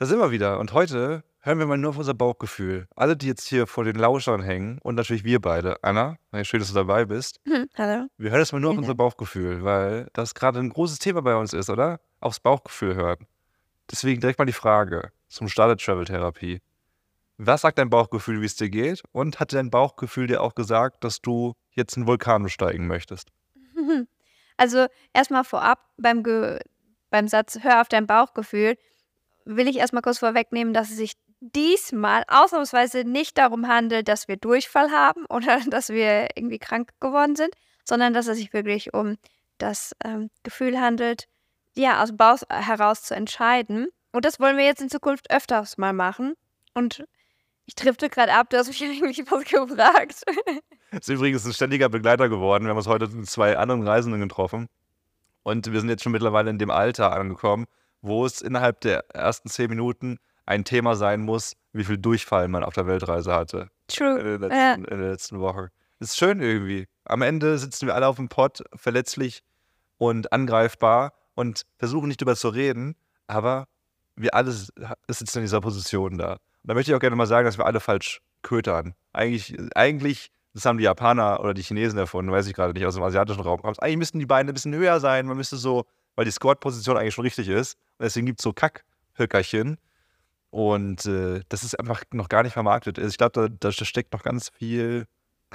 Da sind wir wieder. Und heute hören wir mal nur auf unser Bauchgefühl. Alle, die jetzt hier vor den Lauschern hängen und natürlich wir beide. Anna, schön, dass du dabei bist. Hallo. Wir hören jetzt mal nur auf Vielen unser Dank. Bauchgefühl, weil das gerade ein großes Thema bei uns ist, oder? Aufs Bauchgefühl hören. Deswegen direkt mal die Frage zum Start der Travel-Therapie. Was sagt dein Bauchgefühl, wie es dir geht? Und hat dein Bauchgefühl dir auch gesagt, dass du jetzt einen Vulkan besteigen möchtest? Also erstmal vorab beim Satz „Hör auf dein Bauchgefühl", will ich erstmal kurz vorwegnehmen, dass es sich diesmal ausnahmsweise nicht darum handelt, dass wir Durchfall haben oder dass wir irgendwie krank geworden sind, sondern dass es sich wirklich um das Gefühl handelt, ja, aus dem Bauch heraus zu entscheiden. Und das wollen wir jetzt in Zukunft öfters mal machen. Und ich drifte gerade ab, du hast mich eigentlich was gefragt. Ist übrigens ein ständiger Begleiter geworden. Wir haben uns heute mit 2 anderen Reisenden getroffen. Und wir sind jetzt schon mittlerweile in dem Alter angekommen, wo es innerhalb der ersten 10 Minuten ein Thema sein muss, wie viel Durchfall man auf der Weltreise hatte True. in der letzten Woche. Das ist schön irgendwie. Am Ende sitzen wir alle auf dem Pott, verletzlich und angreifbar und versuchen nicht drüber zu reden, aber wir alle sitzen in dieser Position da. Und da möchte ich auch gerne mal sagen, dass wir alle falsch kötern. Eigentlich, das haben die Japaner oder die Chinesen erfunden, weiß ich gerade nicht, aus dem asiatischen Raum kommt. Eigentlich müssten die Beine ein bisschen höher sein, man müsste so, weil die Squat-Position eigentlich schon richtig ist. Und deswegen gibt es so Kackhöckerchen. Und das ist einfach noch gar nicht vermarktet. Also ich glaube, da steckt noch ganz viel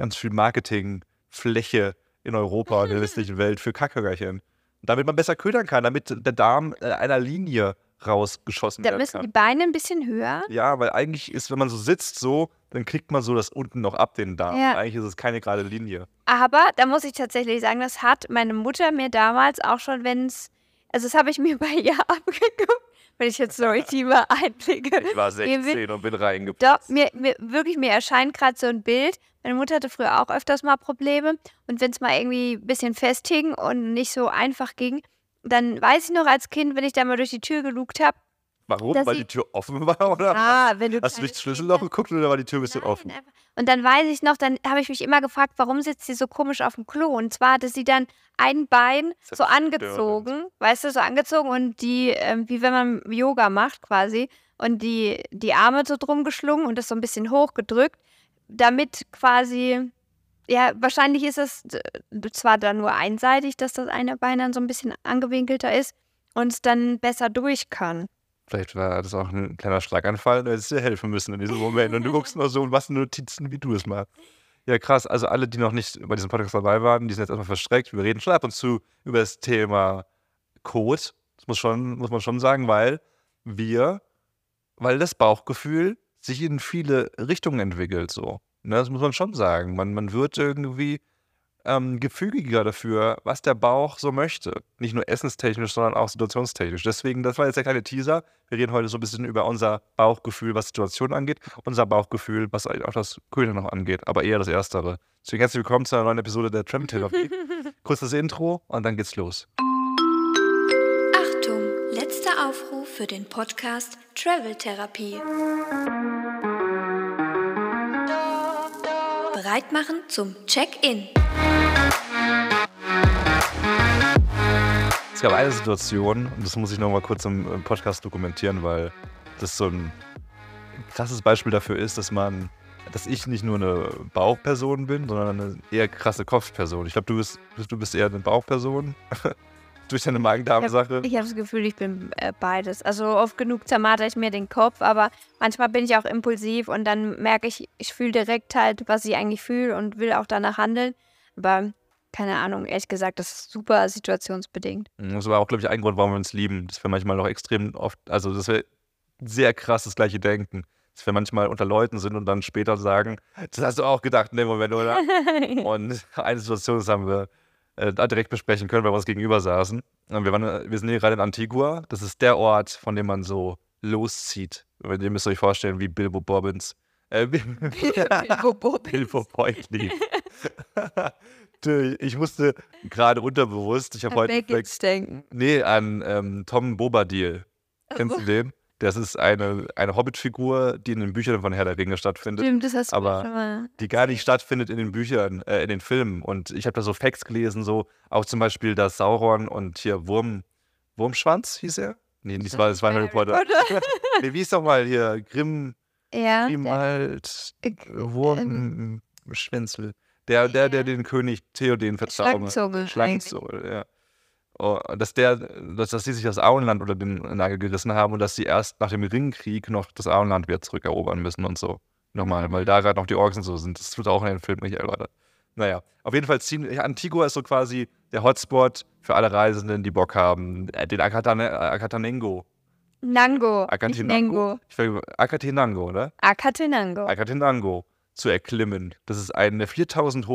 Marketingfläche in Europa und der westlichen Welt für Kackhöckerchen. Damit man besser ködern kann, damit der Darm einer Linie rausgeschossen Da werden müssen die kann. Beine ein bisschen höher. Ja, weil eigentlich ist, wenn man so sitzt, so, dann kriegt man so das unten noch ab, den Darm. Ja. Eigentlich ist es keine gerade Linie. Aber da muss ich tatsächlich sagen, das hat meine Mutter mir damals auch schon, also das habe ich mir bei ihr abgeguckt, wenn ich jetzt so tiefer Einblicke. Ich war geben will. 16 und bin Doch, reingepasst. mir erscheint gerade so ein Bild. Meine Mutter hatte früher auch öfters mal Probleme. Und wenn es mal irgendwie ein bisschen festhing und nicht so einfach ging, dann weiß ich noch als Kind, wenn ich da mal durch die Tür gelugt habe. Warum? dass Weil sie- die Tür offen war, oder? Wenn du Hast du durch kleines das Kind Schlüsselloch bist. geguckt oder war die Tür ein bisschen offen? Nein, einfach. Und dann weiß ich noch, dann habe ich mich immer gefragt, warum sitzt sie so komisch auf dem Klo? Und zwar hatte sie dann ein Bein Das so ist angezogen, weißt du, so angezogen und die, wie wenn man Yoga macht quasi, und die Arme so drum geschlungen und das so ein bisschen hochgedrückt, damit quasi, ja, wahrscheinlich ist es zwar dann nur einseitig, dass das eine Bein dann so ein bisschen angewinkelter ist und es dann besser durch kann. Vielleicht war das auch ein kleiner Schlaganfall, du hättest dir helfen müssen in diesem Moment. Und du guckst nur so und machst Notizen, wie du es machst. Ja, krass. Also alle, die noch nicht bei diesem Podcast dabei waren, die sind jetzt erstmal verstreckt. Wir reden schon ab und zu über das Thema Code. Das muss man schon sagen, weil das Bauchgefühl sich in viele Richtungen entwickelt. So. Ne, das muss man schon sagen. Man wird irgendwie gefügiger dafür, was der Bauch so möchte. Nicht nur essenstechnisch, sondern auch situationstechnisch. Deswegen, das war jetzt der kleine Teaser. Wir reden heute so ein bisschen über unser Bauchgefühl, was Situationen angeht, unser Bauchgefühl, was auch das Köder noch angeht, aber eher das Erstere. Deswegen herzlich willkommen zu einer neuen Episode der Travel-Therapie. Kurzes Intro und dann geht's los. Achtung, letzter Aufruf für den Podcast Travel-Therapie. Bereit machen zum Check-in. Es gab eine Situation, und das muss ich noch mal kurz im Podcast dokumentieren, weil das so ein krasses Beispiel dafür ist, dass ich nicht nur eine Bauchperson bin, sondern eine eher krasse Kopfperson. Ich glaube, du bist eher eine Bauchperson durch deine Magen-Darm-Sache. Ich habe das Gefühl, ich bin beides. Also oft genug zermarter ich mir den Kopf, aber manchmal bin ich auch impulsiv und dann merke ich, ich fühle direkt halt, was ich eigentlich fühle und will auch danach handeln. Aber keine Ahnung, ehrlich gesagt, das ist super situationsbedingt. Das war auch, glaube ich, ein Grund, warum wir uns lieben. Dass wir manchmal noch extrem oft, also dass wir sehr krass das gleiche denken. Dass wir manchmal unter Leuten sind und dann später sagen, das hast du auch gedacht in dem Moment, oder? Und eine Situation, das haben wir da direkt besprechen können, weil wir uns gegenüber saßen. Und wir sind hier gerade in Antigua. Das ist der Ort, von dem man so loszieht. Ihr müsst euch vorstellen, wie Bilbo Bobbins. Bilbo Beutlin. Ich musste gerade unterbewusst, ich habe heute denken. Nee, an Tom Bombadil. Kennst du den? Das ist eine Hobbit-Figur, die in den Büchern von Herr der Ringe stattfindet. Stimmt, das hast du aber schon mal. Die gar nicht stattfindet in den Büchern, in den Filmen. Und ich habe da so Facts gelesen, so auch zum Beispiel, dass Sauron und hier Wurmschwanz hieß er. Nee, das war Harry Potter. Nee, wie ist doch mal hier? Ja. Grimald, Wurmschwänzel. Der den König Theoden verzaubert. Schlangenzunge, ja. Oh, dass die sich das Auenland unter den Nagel gerissen haben und dass sie erst nach dem Ringkrieg noch das Auenland wieder zurückerobern müssen und so. Nochmal, weil da gerade noch die Orks und so sind. Das wird auch in den Film nicht erläutert. Naja, auf jeden Fall Antigua ist so quasi der Hotspot für alle Reisenden, die Bock haben. Den Akatanengo. Nango, nicht Nengo. Akatenango, oder? Akatenango zu erklimmen. Das ist ein 4000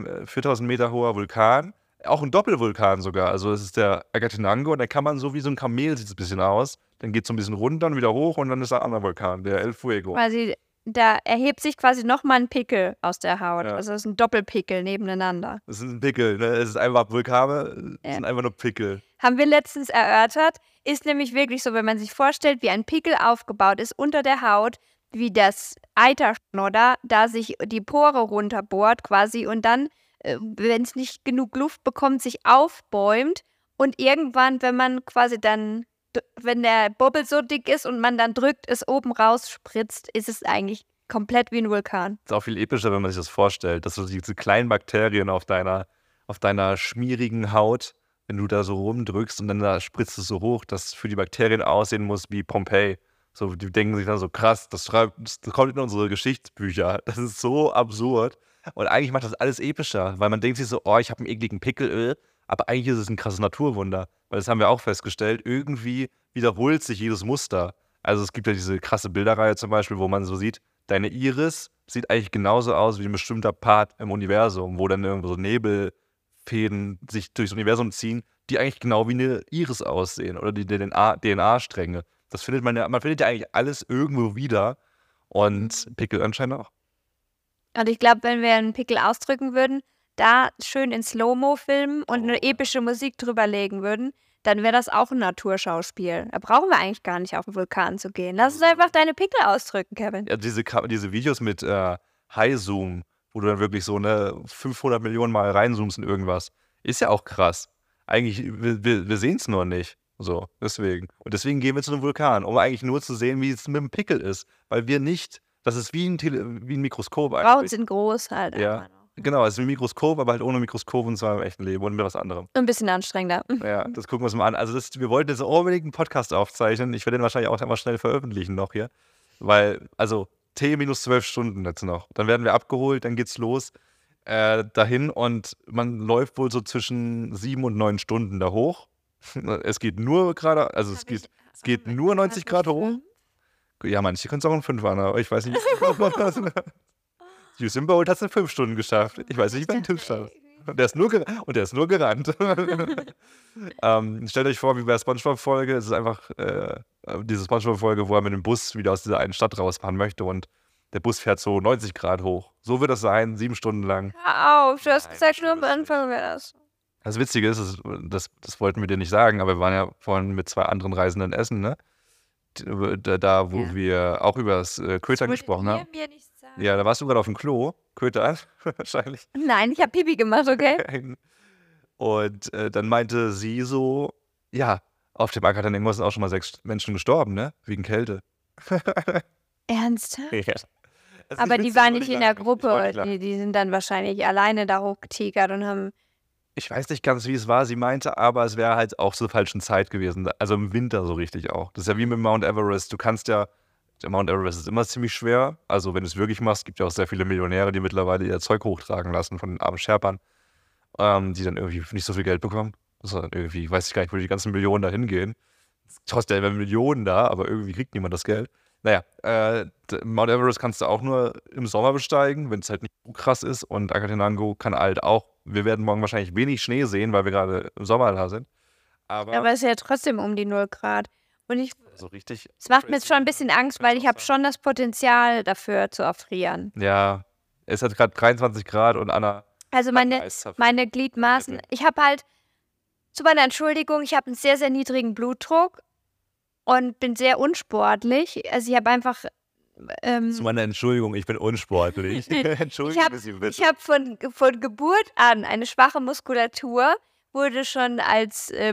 Meter hoher Vulkan. Auch ein Doppelvulkan sogar. Also es ist der Akatenango und da kann man so wie so ein Kamel, sieht es ein bisschen aus. Dann geht es so ein bisschen runter und wieder hoch und dann ist ein anderer Vulkan, der El Fuego. Quasi, da erhebt sich quasi nochmal ein Pickel aus der Haut. Ja. Also es ist ein Doppelpickel nebeneinander. Das ist ein Pickel, ne? Es ist einfach Vulkane, es sind einfach nur Pickel. Haben wir letztens erörtert, ist nämlich wirklich so, wenn man sich vorstellt, wie ein Pickel aufgebaut ist unter der Haut, wie das Eiterschnodder, da sich die Pore runterbohrt quasi und dann, wenn es nicht genug Luft bekommt, sich aufbäumt und irgendwann, wenn man quasi dann, wenn der Bobbel so dick ist und man dann drückt, es oben rausspritzt, ist es eigentlich komplett wie ein Vulkan. Das ist auch viel epischer, wenn man sich das vorstellt, dass so diese kleinen Bakterien auf deiner schmierigen Haut, wenn du da so rumdrückst und dann da spritzt es so hoch, dass für die Bakterien aussehen muss wie Pompeji. So, die denken sich dann so, krass, das kommt in unsere Geschichtsbücher. Das ist so absurd. Und eigentlich macht das alles epischer, weil man denkt sich so, oh, ich habe einen ekligen Pickel, aber eigentlich ist es ein krasses Naturwunder. Weil das haben wir auch festgestellt, irgendwie wiederholt sich jedes Muster. Also es gibt ja diese krasse Bilderreihe zum Beispiel, wo man so sieht, deine Iris sieht eigentlich genauso aus wie ein bestimmter Part im Universum, wo dann irgendwo so Nebelfäden sich durchs Universum ziehen, die eigentlich genau wie eine Iris aussehen oder die DNA-Stränge. Das findet man findet ja eigentlich alles irgendwo wieder und Pickel anscheinend auch. Und ich glaube, wenn wir einen Pickel ausdrücken würden, da schön in Slow-Mo filmen und eine epische Musik drüber legen würden, dann wäre das auch ein Naturschauspiel. Da brauchen wir eigentlich gar nicht auf den Vulkan zu gehen. Lass uns einfach deine Pickel ausdrücken, Kevin. Ja, diese Videos mit High-Zoom, wo du dann wirklich so 500 Millionen Mal reinzoomst in irgendwas, ist ja auch krass. Eigentlich, wir sehen es nur nicht. So, deswegen. Und deswegen gehen wir zu einem Vulkan, um eigentlich nur zu sehen, wie es mit dem Pickel ist. Weil wir nicht, das ist wie ein Mikroskop eigentlich. Frauen sind groß halt. Ja, genau, es ist wie ein Mikroskop, aber halt ohne Mikroskop und zwar im echten Leben und mit was anderem. Ein bisschen anstrengender. Ja, das gucken wir uns mal an. Also wir wollten jetzt unbedingt einen Podcast aufzeichnen. Ich werde den wahrscheinlich auch einmal schnell veröffentlichen noch hier. Weil, also T-12 Stunden jetzt noch. Dann werden wir abgeholt, dann geht's los dahin und man läuft wohl so zwischen 7 und 9 Stunden da hoch. Es geht nur gerade, also es geht nur 90 Grad hoch. Ja, manche können es auch in 5 an, aber ich weiß nicht. Usain Bolt hat es in 5 Stunden geschafft. Ich weiß nicht, wie ein Typ schafft. Und der ist nur gerannt. Stellt euch vor, wie bei der SpongeBob-Folge. Es ist einfach diese SpongeBob-Folge, wo er mit dem Bus wieder aus dieser einen Stadt rausfahren möchte und der Bus fährt so 90 Grad hoch. So wird das sein, 7 Stunden lang. Hör auf, du hast gesagt, nur am Anfang wäre das. Das Witzige ist, das wollten wir dir nicht sagen, aber wir waren ja vorhin mit 2 anderen Reisenden essen, ne? Da, wo wir auch über das Kötern gesprochen haben. Mir nicht sagen. Ja, da warst du gerade auf dem Klo, Kötern, wahrscheinlich. Nein, ich habe Pipi gemacht, okay? Und dann meinte sie so, ja, auf dem Akatanengo sind auch schon mal 6 Menschen gestorben, ne? Wegen Kälte. Ernsthaft? Ja. Aber die waren nicht in der Gruppe, die sind dann wahrscheinlich alleine da hochgetigert und haben... Ich weiß nicht ganz, wie es war. Sie meinte aber, es wäre halt auch zur falschen Zeit gewesen. Also im Winter so richtig auch. Das ist ja wie mit Mount Everest. Du kannst ja, der Mount Everest ist immer ziemlich schwer. Also wenn du es wirklich machst, gibt ja auch sehr viele Millionäre, die mittlerweile ihr Zeug hochtragen lassen von den armen Sherpern, die dann irgendwie nicht so viel Geld bekommen. Also irgendwie, weiß ich gar nicht, wo die ganzen Millionen da hingehen. Es kostet ja immer Millionen da, aber irgendwie kriegt niemand das Geld. Naja, Mount Everest kannst du auch nur im Sommer besteigen, wenn es halt nicht so krass ist. Und Akatenango kann halt auch. Wir werden morgen wahrscheinlich wenig Schnee sehen, weil wir gerade im Sommer da sind. Aber es ist ja trotzdem um die 0 Grad. Und so richtig. Es macht mir jetzt schon ein bisschen Angst, weil ich habe schon das Potenzial dafür zu erfrieren. Ja, es hat gerade 23 Grad und Anna. Also meine Gliedmaßen. Ich habe halt, zu meiner Entschuldigung, ich habe einen sehr, sehr niedrigen Blutdruck und bin sehr unsportlich. Also ich habe einfach... Zu meiner Entschuldigung, ich bin unsportlich. Entschuldigen Sie bitte. Ich habe von Geburt an eine schwache Muskulatur, wurde schon als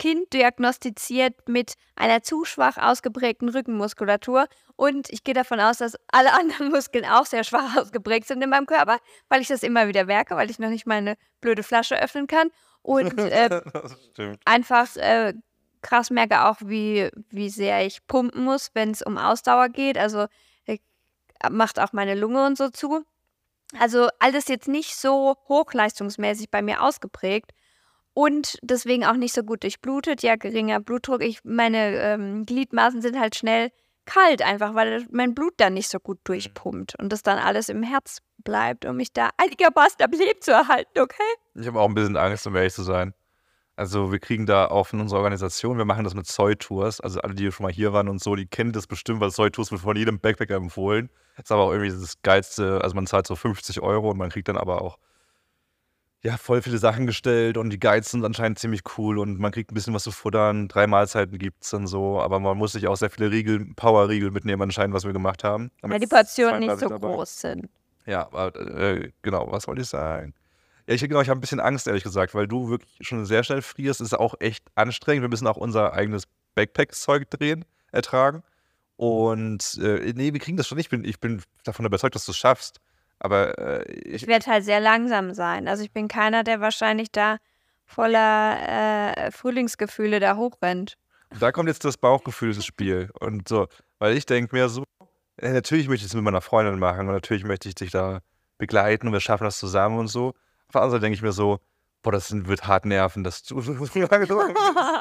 Kind diagnostiziert mit einer zu schwach ausgeprägten Rückenmuskulatur. Und ich gehe davon aus, dass alle anderen Muskeln auch sehr schwach ausgeprägt sind in meinem Körper, weil ich das immer wieder merke, weil ich noch nicht meine blöde Flasche öffnen kann. Und Das stimmt. einfach krass merke auch, wie sehr ich pumpen muss, wenn es um Ausdauer geht. Also macht auch meine Lunge und so zu. Also alles jetzt nicht so hochleistungsmäßig bei mir ausgeprägt und deswegen auch nicht so gut durchblutet. Ja, geringer Blutdruck. Meine Gliedmaßen sind halt schnell kalt, einfach weil mein Blut dann nicht so gut durchpumpt und das dann alles im Herz bleibt, um mich da einigermaßen am Leben zu erhalten, okay? Ich habe auch ein bisschen Angst, um ehrlich zu sein. Also wir kriegen da auch von unserer Organisation, wir machen das mit Soy-Tours, also alle, die schon mal hier waren und so, die kennen das bestimmt, weil Soy-Tours wird von jedem Backpacker empfohlen. Das ist aber auch irgendwie das Geilste, also man zahlt so 50 € und man kriegt dann aber auch ja, voll viele Sachen gestellt und die Guides sind anscheinend ziemlich cool und man kriegt ein bisschen was zu futtern, 3 Mahlzeiten gibt's dann so, aber man muss sich auch sehr viele Power-Riegel mitnehmen anscheinend, was wir gemacht haben. Weil die Portionen nicht so groß sind. Ja, aber genau, was wollte ich sagen? Ja, ich habe ein bisschen Angst, ehrlich gesagt, weil du wirklich schon sehr schnell frierst. Das ist auch echt anstrengend. Wir müssen auch unser eigenes Backpack-Zeug ertragen. Und nee, wir kriegen das schon. Ich bin davon überzeugt, dass du es schaffst. Aber Ich werde halt sehr langsam sein. Also ich bin keiner, der wahrscheinlich da voller Frühlingsgefühle da hochrennt. da kommt jetzt das Bauchgefühl ins Spiel. Und so, weil ich denke mir so, natürlich möchte ich es mit meiner Freundin machen und natürlich möchte ich dich da begleiten und wir schaffen das zusammen und so. Auf der anderen Seite denke ich mir so, boah, wird hart nerven, dass du so lange dran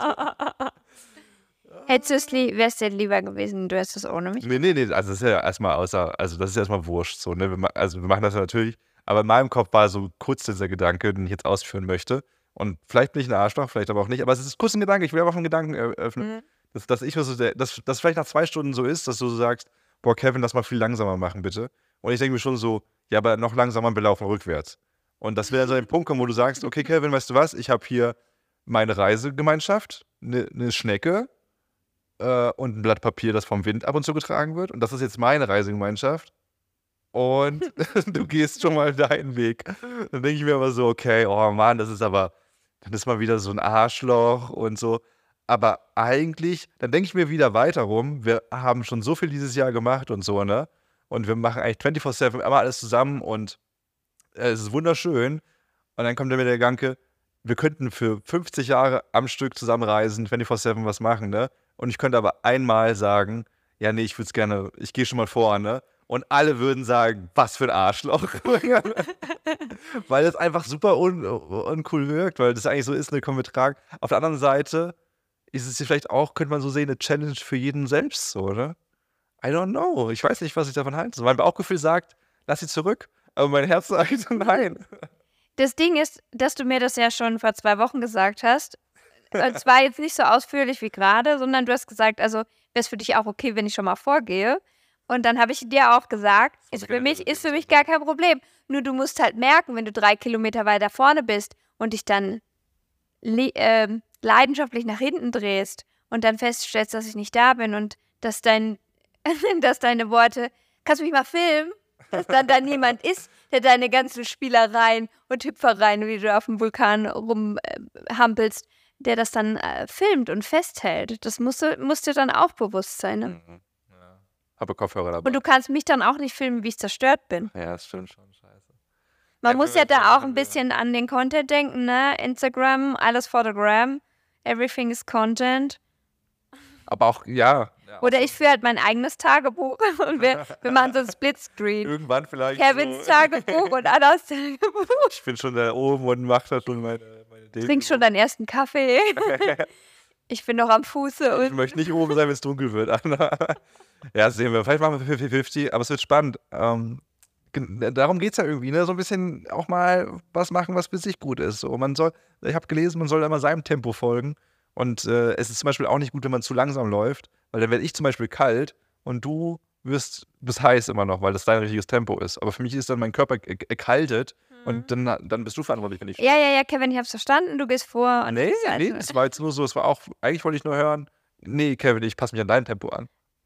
Wär's dir lieber gewesen, du hättest es ohne mich? Nee, also das ist ja erstmal das ist ja erstmal wurscht, so, ne? Wir machen das ja natürlich, aber in meinem Kopf war so kurz dieser Gedanke, den ich jetzt ausführen möchte. Und vielleicht bin ich ein Arschloch, vielleicht aber auch nicht, aber es ist kurz ein Gedanke, ich will einfach einen Gedanken eröffnen, dass ich so, dass vielleicht nach 2 Stunden so ist, dass du so sagst, boah, Kevin, lass mal viel langsamer machen, bitte. Und ich denke mir schon so, ja, aber noch langsamer, wir laufen rückwärts. Und das wäre dann so ein Punkt kommen, wo du sagst, okay, Kevin, weißt du was, ich habe hier meine Reisegemeinschaft, eine Schnecke, und ein Blatt Papier, das vom Wind ab und zu getragen wird. Und das ist jetzt meine Reisegemeinschaft. Und du gehst schon mal deinen Weg. Dann denke ich mir aber so, okay, oh Mann, dann ist mal wieder so ein Arschloch und so. Aber eigentlich, dann denke ich mir wieder weiter rum, wir haben schon so viel dieses Jahr gemacht und so, ne? Und wir machen eigentlich 24/7 immer alles zusammen und es ist wunderschön. Und dann kommt mir der Gedanke, wir könnten für 50 Jahre am Stück zusammenreisen, 24/7 was machen, ne? Und ich könnte aber einmal sagen, ja, nee, ich würde es gerne, ich gehe schon mal vor, ne? Und alle würden sagen, was für ein Arschloch. Weil das einfach super uncool wirkt, weil das eigentlich so ist, ne, können wir tragen. Auf der anderen Seite ist es vielleicht auch, könnte man so sehen, eine Challenge für jeden selbst, so, oder? I don't know. Ich weiß nicht, was ich davon halte. So, mein Bauchgefühl sagt, lass sie zurück, aber mein Herz sagt nein. Das Ding ist, dass du mir das ja schon vor 2 Wochen gesagt hast. Und zwar jetzt nicht so ausführlich wie gerade, sondern du hast gesagt, also wäre es für dich auch okay, wenn ich schon mal vorgehe. Und dann habe ich dir auch gesagt, ist für mich gar kein Problem. Nur du musst halt merken, wenn du 3 Kilometer weiter vorne bist und dich dann leidenschaftlich nach hinten drehst und dann feststellst, dass ich nicht da bin und dass deine Worte, kannst du mich mal filmen? Dass dann da niemand ist, der deine ganzen Spielereien und Hüpfereien, wie du auf dem Vulkan rumhampelst, der das dann filmt und festhält. Das musst dir dann auch bewusst sein. Ne? Ja. Habe Kopfhörer dabei. Und du kannst mich dann auch nicht filmen, wie ich zerstört bin. Ja, das stimmt schon, scheiße. Man muss ja da auch ein bisschen an den Content denken, ne? Instagram, alles for the gram, everything is Content. Aber auch, ja. Oder ich führe halt mein eigenes Tagebuch und wir machen so ein Splitscreen. Irgendwann vielleicht Kevins so. Tagebuch und Annas Tagebuch. Ich bin schon da oben und mach da schon meine Trink schon deinen ersten Kaffee. Ich bin noch am Fuße. Ich möchte nicht oben sein, wenn es dunkel wird, Anna. Ja, sehen wir. Vielleicht machen wir 50-50, aber es wird spannend. Darum geht es ja irgendwie, ne? So ein bisschen auch mal was machen, was für sich gut ist. So, ich habe gelesen, man soll immer seinem Tempo folgen. Und es ist zum Beispiel auch nicht gut, wenn man zu langsam läuft, weil dann werde ich zum Beispiel kalt und du bist heiß immer noch, weil das dein richtiges Tempo ist. Aber für mich ist dann mein Körper erkaltet und dann bist du verantwortlich, wenn ich. Ja, Kevin, ich hab's verstanden, du gehst vor. Und nee, das war jetzt nur so, es war auch, eigentlich wollte ich nur hören, nee, Kevin, ich passe mich an dein Tempo an.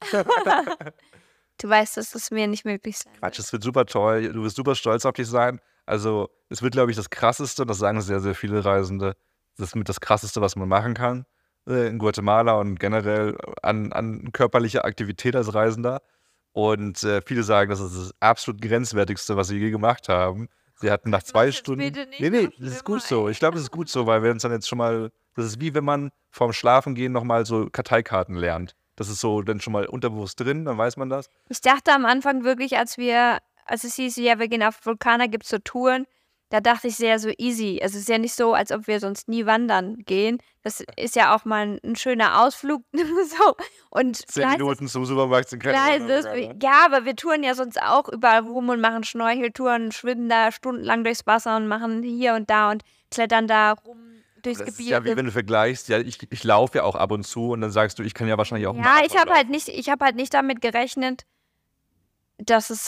Du weißt, dass das mir nicht möglich sein wird. Quatsch, es wird super toll, du wirst super stolz auf dich sein. Also, es wird, glaube ich, das Krasseste, und das sagen sehr, sehr viele Reisende, das ist mit das Krasseste, was man machen kann. in Guatemala und generell an körperlicher Aktivität als Reisender. Und viele sagen, das ist das absolut Grenzwertigste, was sie je gemacht haben. Sie hatten nach 2 Stunden. Nee, das ist gut so. Ich glaube, das ist gut so, weil wir uns dann jetzt schon mal. Das ist wie wenn man vorm Schlafengehen nochmal so Karteikarten lernt. Das ist so dann schon mal unterbewusst drin, dann weiß man das. Ich dachte am Anfang wirklich, als es hieß, ja, wir gehen auf Vulkane, gibt es so Touren, da dachte ich sehr so easy. Also es ist ja nicht so, als ob wir sonst nie wandern gehen. Das ist ja auch mal ein schöner Ausflug. So. Und 10 Minuten zum Supermarkt sind keine ja, aber wir touren ja sonst auch überall rum und machen Schnorcheltouren, schwimmen da stundenlang durchs Wasser und machen hier und da und klettern da rum durchs Das Gebiet. ist ja wie wenn du vergleichst, ja, ich laufe ja auch ab und zu und dann sagst du, ich kann ja wahrscheinlich auch Ja, ich habe halt nicht damit gerechnet, dass es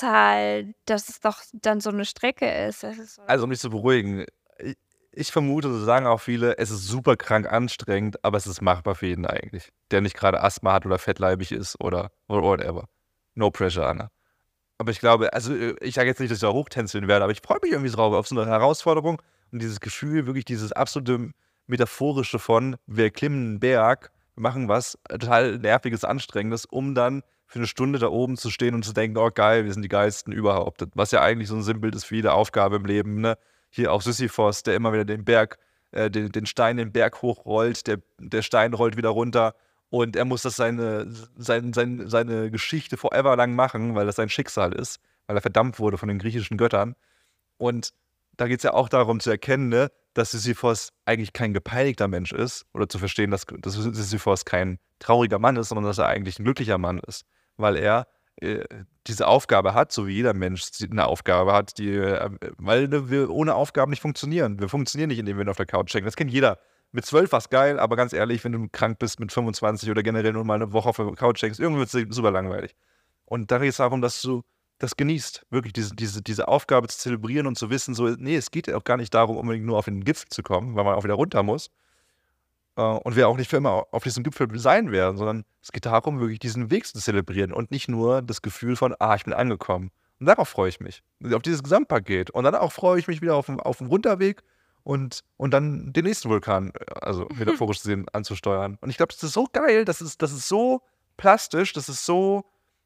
doch dann so eine Strecke ist. Das ist so. Also um dich zu beruhigen, ich vermute, so sagen auch viele, es ist super krank anstrengend, aber es ist machbar für jeden eigentlich, der nicht gerade Asthma hat oder fettleibig ist oder whatever. No pressure, Anna. Aber ich glaube, also ich sage jetzt nicht, dass ich da hochtänzeln werde, aber ich freue mich irgendwie drauf, auf so eine Herausforderung und dieses Gefühl, wirklich dieses absolute Metaphorische von, wir klimmen einen Berg, wir machen was total Nerviges, Anstrengendes, um dann für eine Stunde da oben zu stehen und zu denken, oh geil, wir sind die Geilsten überhaupt. Was ja eigentlich so ein Sinnbild ist für jede Aufgabe im Leben, ne? Hier auch Sisyphos, der immer wieder den Stein den Berg hochrollt, der Stein rollt wieder runter und er muss das seine Geschichte forever lang machen, weil das sein Schicksal ist, weil er verdammt wurde von den griechischen Göttern. Und da geht es ja auch darum zu erkennen, ne, dass Sisyphos eigentlich kein gepeinigter Mensch ist oder zu verstehen, dass Sisyphos kein trauriger Mann ist, sondern dass er eigentlich ein glücklicher Mann ist, weil er diese Aufgabe hat, so wie jeder Mensch eine Aufgabe hat, weil wir ohne Aufgaben nicht funktionieren. Wir funktionieren nicht, indem wir auf der Couch hängen. Das kennt jeder. Mit 12 war es geil, aber ganz ehrlich, wenn du krank bist mit 25 oder generell nur mal eine Woche auf der Couch hängst, irgendwie wird es super langweilig. Und da geht es darum, dass du das genießt, wirklich diese Aufgabe zu zelebrieren und zu wissen, so, nee, es geht ja auch gar nicht darum, unbedingt nur auf den Gipfel zu kommen, weil man auch wieder runter muss. Und wir auch nicht für immer auf diesem Gipfel sein werden, sondern es geht darum, wirklich diesen Weg zu zelebrieren und nicht nur das Gefühl von, ich bin angekommen. Und darauf freue ich mich. Auf dieses Gesamtpaket. Und dann auch freue ich mich wieder auf den Runterweg und dann den nächsten Vulkan, also metaphorisch gesehen, anzusteuern. Und ich glaube, das ist so geil, das ist so plastisch, das ist so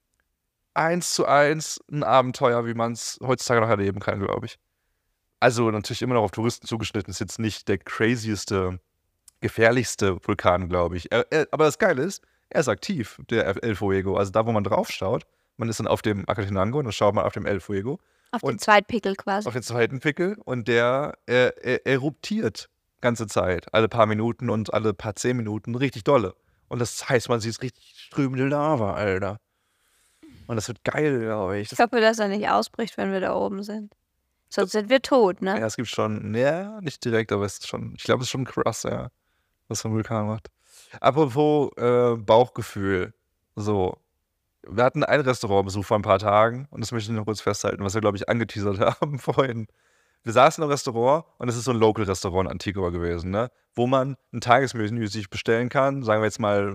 1:1 ein Abenteuer, wie man es heutzutage noch erleben kann, glaube ich. Also natürlich immer noch auf Touristen zugeschnitten, ist jetzt nicht der crazieste, gefährlichste Vulkan, glaube ich. Aber das Geile ist, er ist aktiv, der El Fuego. Also da, wo man drauf schaut, man ist dann auf dem Acatenango und dann schaut man auf dem El Fuego. Auf den Zweitpickel quasi. Auf den zweiten Pickel und der eruptiert ganze Zeit, alle paar Minuten und alle paar 10 Minuten richtig dolle. Und das heißt, man sieht richtig strömende Lava, Alter. Und das wird geil, glaube ich. Ich hoffe, dass er nicht ausbricht, wenn wir da oben sind. Sonst sind wir tot, ne? Ja, es gibt schon, ja, nicht direkt, aber es ist schon, ich glaube, es ist schon krass, ja, was so ein Vulkan macht. Apropos Bauchgefühl, so, wir hatten ein Restaurantbesuch vor ein paar Tagen und das möchte ich noch kurz festhalten, was wir, glaube ich, angeteasert haben vorhin. Wir saßen im Restaurant und es ist so ein Local-Restaurant in Antigua gewesen, ne? Wo man ein Tagesmenü sich bestellen kann, sagen wir jetzt mal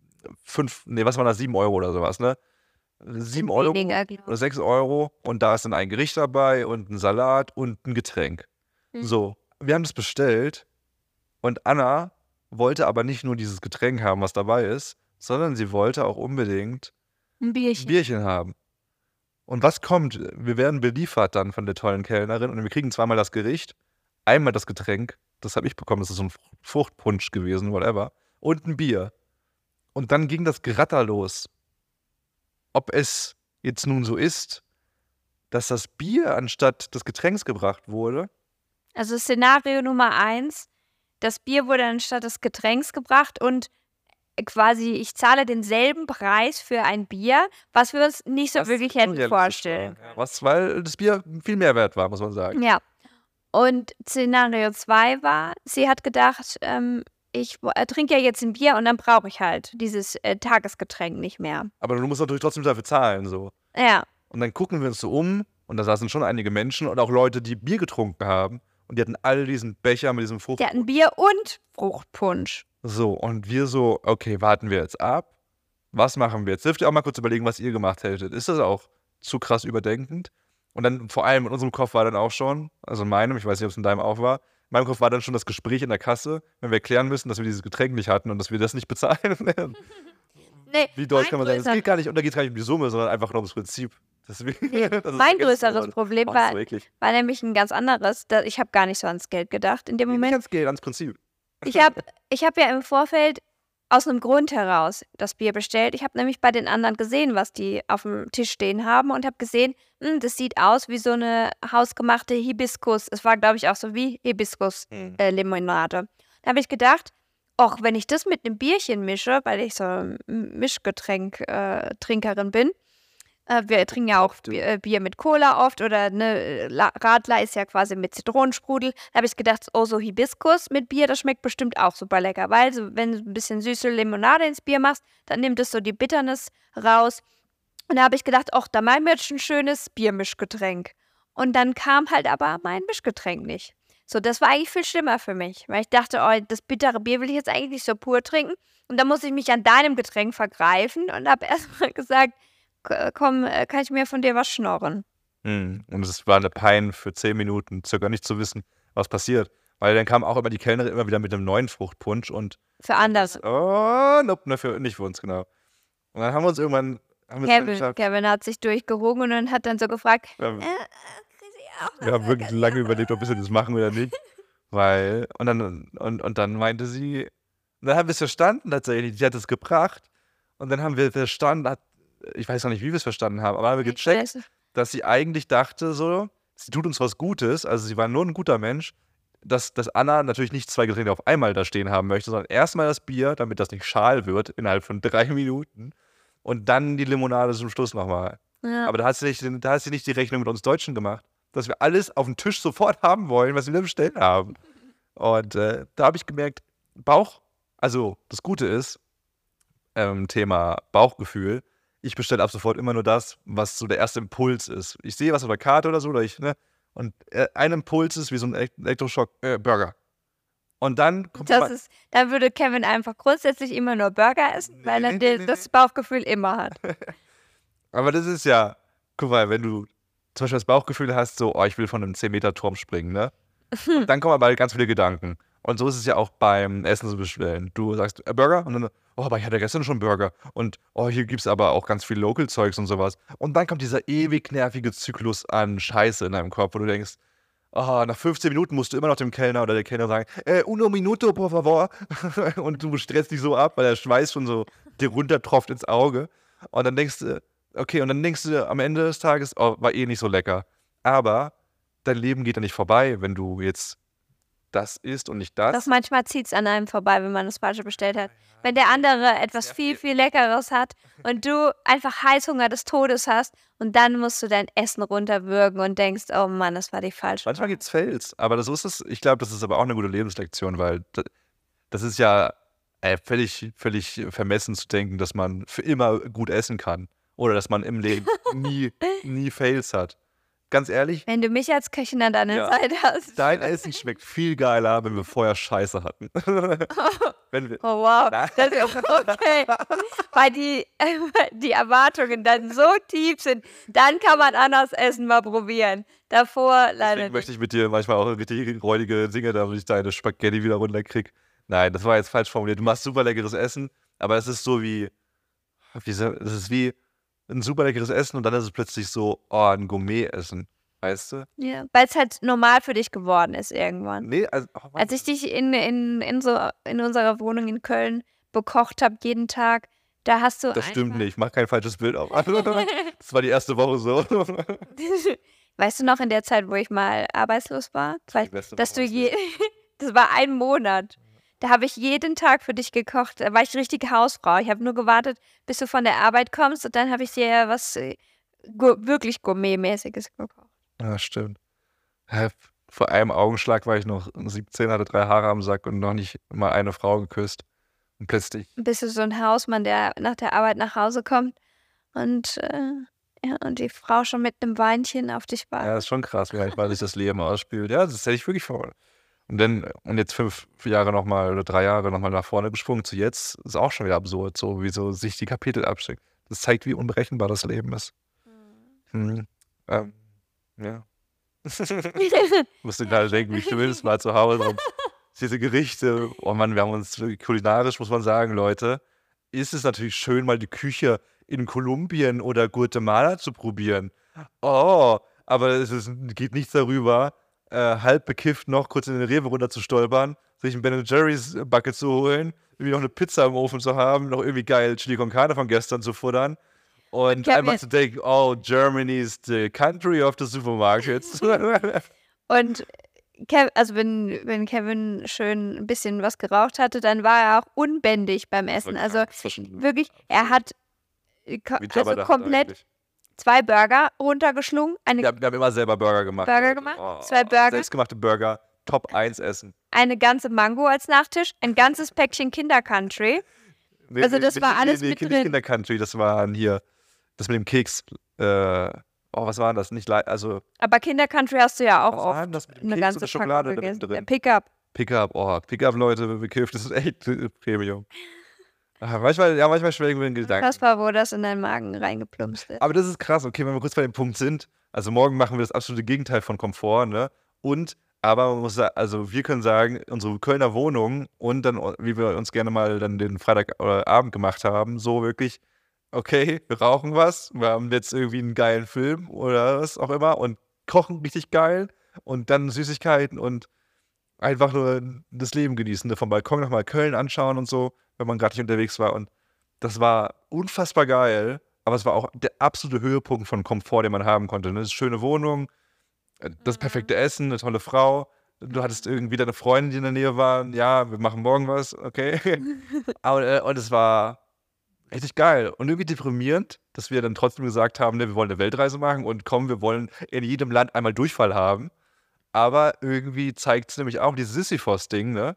7 Euro oder sowas, ne? 7 Euro Weniger, oder 6 Euro und da ist dann ein Gericht dabei und ein Salat und ein Getränk. So, wir haben das bestellt und Anna wollte aber nicht nur dieses Getränk haben, was dabei ist, sondern sie wollte auch unbedingt ein ein Bierchen. Bierchen haben. Und was kommt? Wir werden beliefert dann von der tollen Kellnerin und wir kriegen zweimal das Gericht, einmal das Getränk, das habe ich bekommen, das ist so ein Fruchtpunsch gewesen, whatever, und ein Bier. Und dann ging das Geratter los. Ob es jetzt nun so ist, dass das Bier anstatt des Getränks gebracht wurde. Also Szenario Nummer 1, das Bier wurde anstatt des Getränks gebracht und quasi ich zahle denselben Preis für ein Bier, was wir uns nicht so was wirklich hätten unrealistisch vorstellen. war. Weil das Bier viel mehr wert war, muss man sagen. Ja. Und Szenario 2 war, sie hat gedacht, ich trinke ja jetzt ein Bier und dann brauche ich halt dieses Tagesgetränk nicht mehr. Aber du musst natürlich trotzdem dafür zahlen. So. Ja. Und dann gucken wir uns so um und da saßen schon einige Menschen und auch Leute, die Bier getrunken haben. Und die hatten alle diesen Becher mit diesem Frucht. Die hatten Bier und Fruchtpunsch. So, und wir so, okay, warten wir jetzt ab. Was machen wir jetzt? Dürft ihr auch mal kurz überlegen, was ihr gemacht hättet. Ist das auch zu krass überdenkend? Und dann vor allem in unserem Kopf war dann auch schon, also in meinem, ich weiß nicht, ob es in deinem auch war, In meinem Kopf war dann schon das Gespräch in der Kasse, wenn wir erklären müssen, dass wir dieses Getränk nicht hatten und dass wir das nicht bezahlen werden. Nee, Wie deutsch kann man sagen? Es geht gar nicht, und da geht es gar nicht um die Summe, sondern einfach nur ums Prinzip. Deswegen, mein größeres Problem war so eklig. war nämlich ein ganz anderes. Ich habe gar nicht so ans Geld gedacht in dem Nicht Moment. ans Geld, ans Prinzip. Ich hab ja im Vorfeld aus einem Grund heraus das Bier bestellt. Ich habe nämlich bei den anderen gesehen, was die auf dem Tisch stehen haben und habe gesehen, das sieht aus wie so eine hausgemachte Hibiskus. Es war, glaube ich, auch so wie Hibiskus-Limonade. Da habe ich gedacht, auch wenn ich das mit einem Bierchen mische, weil ich so Mischgetränk-Trinkerin bin, wir trinken ja auch Bier mit Cola oft oder ne, Radler ist ja quasi mit Zitronensprudel. Da habe ich gedacht, oh, so Hibiskus mit Bier, das schmeckt bestimmt auch super lecker, weil so, wenn du ein bisschen süße Limonade ins Bier machst, dann nimmt es so die Bitternis raus. Und da habe ich gedacht, ach, da machen wir jetzt ein schönes Biermischgetränk. Und dann kam halt aber mein Mischgetränk nicht. So, das war eigentlich viel schlimmer für mich, weil ich dachte, oh, das bittere Bier will ich jetzt eigentlich nicht so pur trinken. Und dann muss ich mich an deinem Getränk vergreifen und habe erstmal gesagt, komm, kann ich mir von dir was schnorren? Und es war eine Pein für 10 Minuten, circa nicht zu wissen, was passiert. Weil dann kam auch immer die Kellnerin immer wieder mit einem neuen Fruchtpunsch und Für andere. nope, nicht für uns, genau. Und dann haben wir uns irgendwann Kevin hat sich durchgerungen und hat dann so gefragt, wir haben wirklich lange überlegt, ob wir das machen oder nicht. Weil, und dann meinte sie, und dann haben wir es verstanden tatsächlich, sie hat es gebracht. Und dann haben wir verstanden, ich weiß noch nicht, wie wir es verstanden haben, aber haben wir gecheckt, dass sie eigentlich dachte, so, sie tut uns was Gutes, also sie war nur ein guter Mensch, dass Anna natürlich nicht 2 Getränke auf einmal da stehen haben möchte, sondern erstmal das Bier, damit das nicht schal wird, innerhalb von 3 Minuten. Und dann die Limonade zum Schluss nochmal. Ja. Aber da hat sie nicht die Rechnung mit uns Deutschen gemacht, dass wir alles auf dem Tisch sofort haben wollen, was wir bestellt haben. Und da habe ich gemerkt, also das Gute ist, Thema Bauchgefühl, ich bestelle ab sofort immer nur das, was so der erste Impuls ist. Ich sehe was auf der Karte oder so, und ein Impuls ist wie so ein Elektroschock, Burger. Und dann kommt dann würde Kevin einfach grundsätzlich immer nur Burger essen, weil er das Bauchgefühl immer hat. Aber das ist ja, guck mal, wenn du zum Beispiel das Bauchgefühl hast, so, oh, ich will von einem 10-Meter-Turm springen, ne? Und dann kommen aber ganz viele Gedanken. Und so ist es ja auch beim Essen zu bestellen. Du sagst, Burger? Und dann, oh, aber ich hatte gestern schon Burger. Und, oh, hier gibt es aber auch ganz viel Local-Zeugs und sowas. Und dann kommt dieser ewig nervige Zyklus an Scheiße in deinem Kopf, wo du denkst, oh, nach 15 Minuten musst du immer noch dem Kellner oder der Kellner sagen, uno minuto, por favor. Und du stresst dich so ab, weil der Schweiß schon so dir runtertropft ins Auge. Und dann denkst du, okay, und dann denkst du am Ende des Tages, oh, war eh nicht so lecker. Aber dein Leben geht ja nicht vorbei, wenn du jetzt das isst und nicht das. Doch manchmal zieht es an einem vorbei, wenn man das Falsche bestellt hat. Wenn der andere etwas viel, viel Leckeres hat und du einfach Heißhunger des Todes hast und dann musst du dein Essen runterwürgen und denkst, oh Mann, das war die falsche. Manchmal gibt es Fails, aber so ist es. Ich glaube, das ist aber auch eine gute Lebenslektion, weil das ist ja völlig vermessen zu denken, dass man für immer gut essen kann oder dass man im Leben nie Fails hat. Ganz ehrlich, Wenn du mich als Köchin an deiner Seite hast. dein Essen schmeckt viel geiler, wenn wir vorher Scheiße hatten. Oh wow, das ist okay. Weil die Erwartungen dann so tief sind, dann kann man Annas Essen mal probieren. Davor leider Deswegen möchte ich mit dir manchmal auch richtig räudige Dinge, damit ich deine Spaghetti wieder runterkriege. Nein, das war jetzt falsch formuliert. Du machst super leckeres Essen, aber es ist so es ist wie ein super leckeres Essen und dann ist es plötzlich so, oh, ein Gourmet-Essen, weißt du? Ja, weil es halt normal für dich geworden ist irgendwann. Nee, also, Als ich dich in unserer Wohnung in Köln bekocht habe, jeden Tag, da hast du das stimmt nicht, mach kein falsches Bild auf. Das war die erste Woche so. Weißt du noch, in der Zeit, wo ich mal arbeitslos war? Das war ein Monat. Da habe ich jeden Tag für dich gekocht. Da war ich richtige Hausfrau. Ich habe nur gewartet, bis du von der Arbeit kommst und dann habe ich dir was wirklich Gourmet-mäßiges gekocht. Ja, stimmt. Vor einem Augenschlag war ich noch 17, hatte 3 Haare am Sack und noch nicht mal eine Frau geküsst. Und plötzlich. Bist du so ein Hausmann, der nach der Arbeit nach Hause kommt und die Frau schon mit einem Weinchen auf dich wartet. Ja, das ist schon krass, wie manchmal sich das Leben ausspielt. Ja, das hätte ich wirklich vor. Und jetzt 5 Jahre nochmal oder 3 Jahre nochmal nach vorne gesprungen zu jetzt, ist auch schon wieder absurd, so wie so sich die Kapitel abschicken. Das zeigt, wie unberechenbar das Leben ist. Ja. Musste gerade denken, wie schön es war zu Hause. Und diese Gerichte, oh Mann, wir haben uns wirklich kulinarisch, muss man sagen, Leute, ist es natürlich schön, mal die Küche in Kolumbien oder Guatemala zu probieren. Oh, aber geht nichts darüber, halb bekifft noch kurz in den Rewe runter zu stolpern, sich ein Ben Jerry's Bucket zu holen, irgendwie noch eine Pizza im Ofen zu haben, noch irgendwie geil Chili con Carne von gestern zu futtern und einfach zu denken, oh, Germany is the country of the supermarkets. Und also wenn Kevin schön ein bisschen was geraucht hatte, dann war er auch unbändig beim Essen. Also wirklich, er hat komplett 2 Burger runtergeschlungen. Wir haben immer selber Burger gemacht. 2 Burger. Selbstgemachte Burger, Top 1 Essen. Eine ganze Mango als Nachtisch, ein ganzes Päckchen Kinder Country. Also das war alles mit drin. Nicht Kinder Country, das waren hier, das mit dem Keks, was war das? Aber Kinder Country hast du ja auch was war denn das mit dem eine Keks ganze und der Schokolade Packung gegessen. drin? Pickup. Pickup, Leute, bekifft, das ist echt Premium. Manchmal schwelgen wir in Gedanken. Unfassbar, wo das in deinen Magen reingeplumpst ist. Aber das ist krass, okay, wenn wir kurz bei dem Punkt sind. Also morgen machen wir das absolute Gegenteil von Komfort, ne? Aber man muss sagen, also wir können sagen, unsere Kölner Wohnung und dann, wie wir uns gerne mal dann den Freitagabend gemacht haben, so wirklich, okay, wir rauchen was, wir haben jetzt irgendwie einen geilen Film oder was auch immer und kochen richtig geil und dann Süßigkeiten und einfach nur das Leben genießen, vom Balkon nochmal Köln anschauen und so, wenn man gerade nicht unterwegs war. Und das war unfassbar geil, aber es war auch der absolute Höhepunkt von Komfort, den man haben konnte. Ne? Das ist eine schöne Wohnung, das perfekte Essen, eine tolle Frau. Du hattest irgendwie deine Freundin, die in der Nähe waren. Ja, wir machen morgen was, okay. Und es war richtig geil und irgendwie deprimierend, dass wir dann trotzdem gesagt haben, ne, wir wollen eine Weltreise machen und komm, wir wollen in jedem Land einmal Durchfall haben. Aber irgendwie zeigt es nämlich auch dieses Sisyphos-Ding, ne?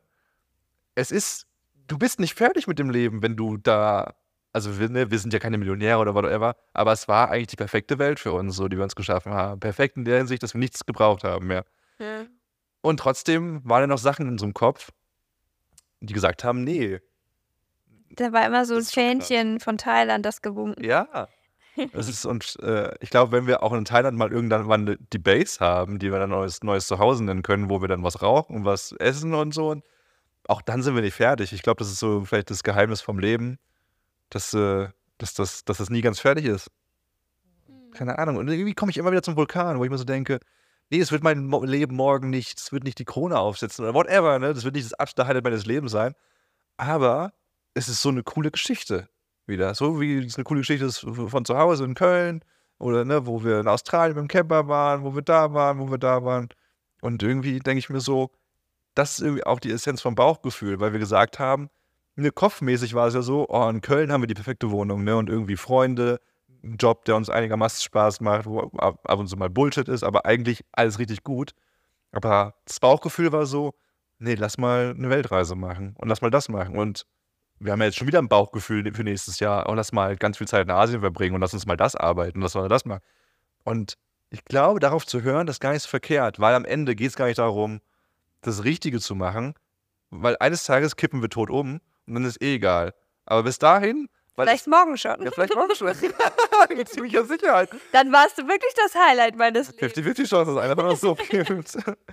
Du bist nicht fertig mit dem Leben, wenn du da, also wir sind ja keine Millionäre oder whatever, aber es war eigentlich die perfekte Welt für uns, so, die wir uns geschaffen haben. Perfekt in der Hinsicht, dass wir nichts gebraucht haben mehr. Ja. Und trotzdem waren da noch Sachen in unserem Kopf, die gesagt haben, nee. Da war immer so ein Fähnchen von Thailand, das gewunken. Ja. Ich glaube, wenn wir auch in Thailand mal irgendwann die Base haben, die wir dann neues Zuhause nennen können, wo wir dann was rauchen, was essen und so, und auch dann sind wir nicht fertig. Ich glaube, das ist so vielleicht das Geheimnis vom Leben, dass das nie ganz fertig ist. Keine Ahnung. Und irgendwie komme ich immer wieder zum Vulkan, wo ich mir so denke, nee, es wird mein Leben morgen nicht, es wird nicht die Krone aufsetzen oder whatever, ne? Das wird nicht das absolute Highlight meines Lebens sein. Aber es ist so eine coole Geschichte wieder. So wie es eine coole Geschichte ist von zu Hause in Köln oder ne, wo wir in Australien mit dem Camper waren, wo wir da waren. Und irgendwie denke ich mir so, das ist irgendwie auch die Essenz vom Bauchgefühl, weil wir gesagt haben, ne, kopfmäßig war es ja so, oh, in Köln haben wir die perfekte Wohnung, ne, und irgendwie Freunde, einen Job, der uns einigermaßen Spaß macht, wo ab und zu mal Bullshit ist, aber eigentlich alles richtig gut. Aber das Bauchgefühl war so, nee, lass mal eine Weltreise machen und lass mal das machen. Und wir haben ja jetzt schon wieder ein Bauchgefühl für nächstes Jahr, oh, lass mal ganz viel Zeit in Asien verbringen und lass uns mal das arbeiten, lass mal das machen. Und ich glaube, darauf zu hören, das ist gar nicht so verkehrt, weil am Ende geht es gar nicht darum, das Richtige zu machen, weil eines Tages kippen wir tot um und dann ist egal. Aber bis dahin... Vielleicht morgen schon. Ja, vielleicht morgen schon. Mit ziemlicher Sicherheit. Dann warst du wirklich das Highlight meines Lebens. 50-50 Chance, dass einer von uns so kippt.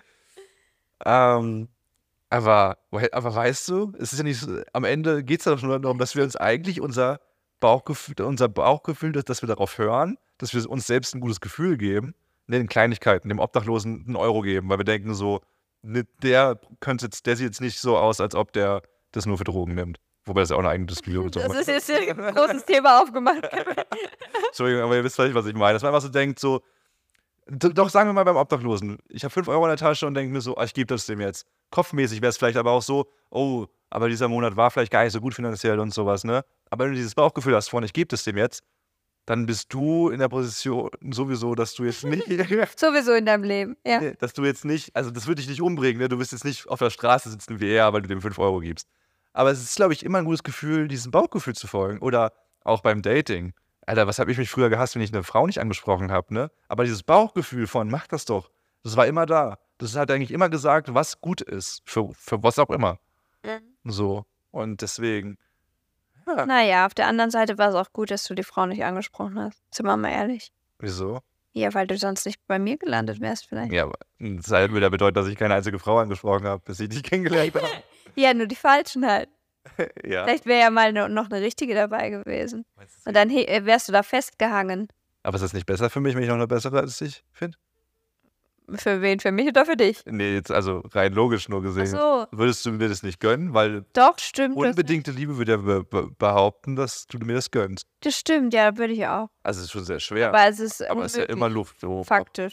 Aber weißt du, es ist ja nicht so, am Ende geht es ja doch nur darum, dass wir uns eigentlich unser Bauchgefühl, dass wir darauf hören, dass wir uns selbst ein gutes Gefühl geben, den Kleinigkeiten, dem Obdachlosen einen Euro geben, weil wir denken so, ne, der sieht jetzt nicht so aus, als ob der das nur für Drogen nimmt. Wobei das ja auch eine eigene Diskussion ist. Das ist jetzt ein großes Thema aufgemacht. Entschuldigung, aber ihr wisst vielleicht, was ich meine. Dass man einfach so denkt, so, doch sagen wir mal beim Obdachlosen, ich habe 5 Euro in der Tasche und denke mir so, ich gebe das dem jetzt. Kopfmäßig wäre es vielleicht aber auch so, oh, aber dieser Monat war vielleicht gar nicht so gut finanziell und sowas, ne? Aber wenn du dieses Bauchgefühl hast von, ich gebe das dem jetzt, dann bist du in der Position sowieso, dass du jetzt nicht... Sowieso in deinem Leben, ja. Dass du jetzt nicht, also das würde dich nicht umbringen, ne? Du wirst jetzt nicht auf der Straße sitzen wie er, weil du dem 5 Euro gibst. Aber es ist, glaube ich, immer ein gutes Gefühl, diesem Bauchgefühl zu folgen. Oder auch beim Dating. Alter, was habe ich mich früher gehasst, wenn ich eine Frau nicht angesprochen habe, ne? Aber dieses Bauchgefühl von, mach das doch, das war immer da. Das hat eigentlich immer gesagt, was gut ist. Für was auch immer. So. Und deswegen. Ja. Naja, auf der anderen Seite war es auch gut, dass du die Frau nicht angesprochen hast. Sind wir mal ehrlich. Wieso? Ja, weil du sonst nicht bei mir gelandet wärst vielleicht. Ja, aber das halt wieder bedeutet, dass ich keine einzige Frau angesprochen habe, bis ich dich kennengelernt habe. Ja, nur die Falschen halt. Ja. Vielleicht wäre ja mal noch eine richtige dabei gewesen. Meinst du, Und dann wärst du da festgehangen. aber ist das nicht besser für mich, wenn ich noch eine bessere als dich finde? Für wen? Für mich oder für dich? Nee, jetzt also rein logisch nur Ach gesehen. so, Würdest du mir das nicht gönnen? Weil doch, stimmt. unbedingte Liebe würde ja behaupten, dass du mir das gönnst. Das stimmt, ja, würde ich auch. Also es ist schon sehr schwer. Aber es ist Aber es ist ja immer unmöglich, Luft. So. faktisch.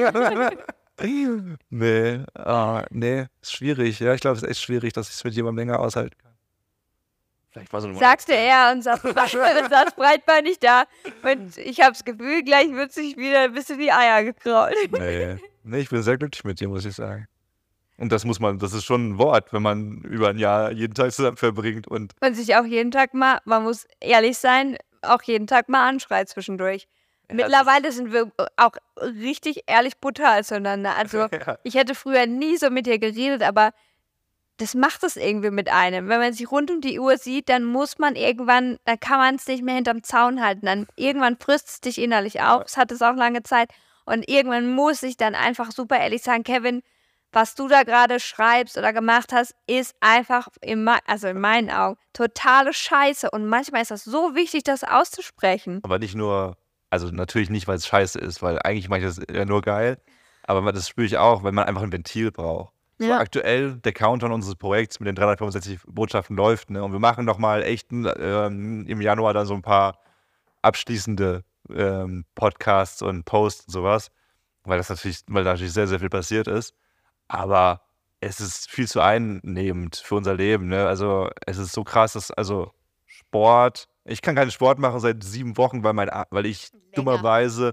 Nee, ist schwierig. Ja, ich glaube, es ist echt schwierig, dass ich es mit jemandem länger aushalten kann. Vielleicht mal so eine Sagte er und saß breitbeinig da. Und ich habe das Gefühl, gleich wird sich wieder ein bisschen die Eier gekrault. Nee, ich bin sehr glücklich mit dir, muss ich sagen. Und das ist schon ein Wort, wenn man über ein Jahr jeden Tag zusammen verbringt und Und sich auch jeden Tag mal, man muss ehrlich sein, auch jeden Tag mal anschreit zwischendurch. Mittlerweile sind wir auch richtig ehrlich brutal zueinander. Also ja. ich hätte früher nie so mit dir geredet, aber das macht es irgendwie mit einem. Wenn man sich rund um die Uhr sieht, dann muss man irgendwann, dann kann man es nicht mehr hinterm Zaun halten. Dann irgendwann frisst es dich innerlich auf. Es hat es auch lange Zeit. Und irgendwann muss ich dann einfach super ehrlich sagen, Kevin, was du da gerade schreibst oder gemacht hast, ist einfach in meinen Augen totale Scheiße. Und manchmal ist das so wichtig, das auszusprechen. Aber nicht nur, also natürlich nicht, weil es scheiße ist, weil eigentlich mache ich das ja nur geil. Aber das spüre ich auch, wenn man einfach ein Ventil braucht. So Ja. aktuell, der Countdown unseres Projekts mit den 365 Botschaften läuft, ne? Und wir machen nochmal echt im Januar dann so ein paar abschließende Podcasts und Posts und sowas, weil da natürlich sehr, sehr viel passiert ist. Aber es ist viel zu einnehmend für unser Leben. Ne? Also es ist so krass, also Sport. Ich kann keinen Sport machen seit 7 Wochen, weil ich dummerweise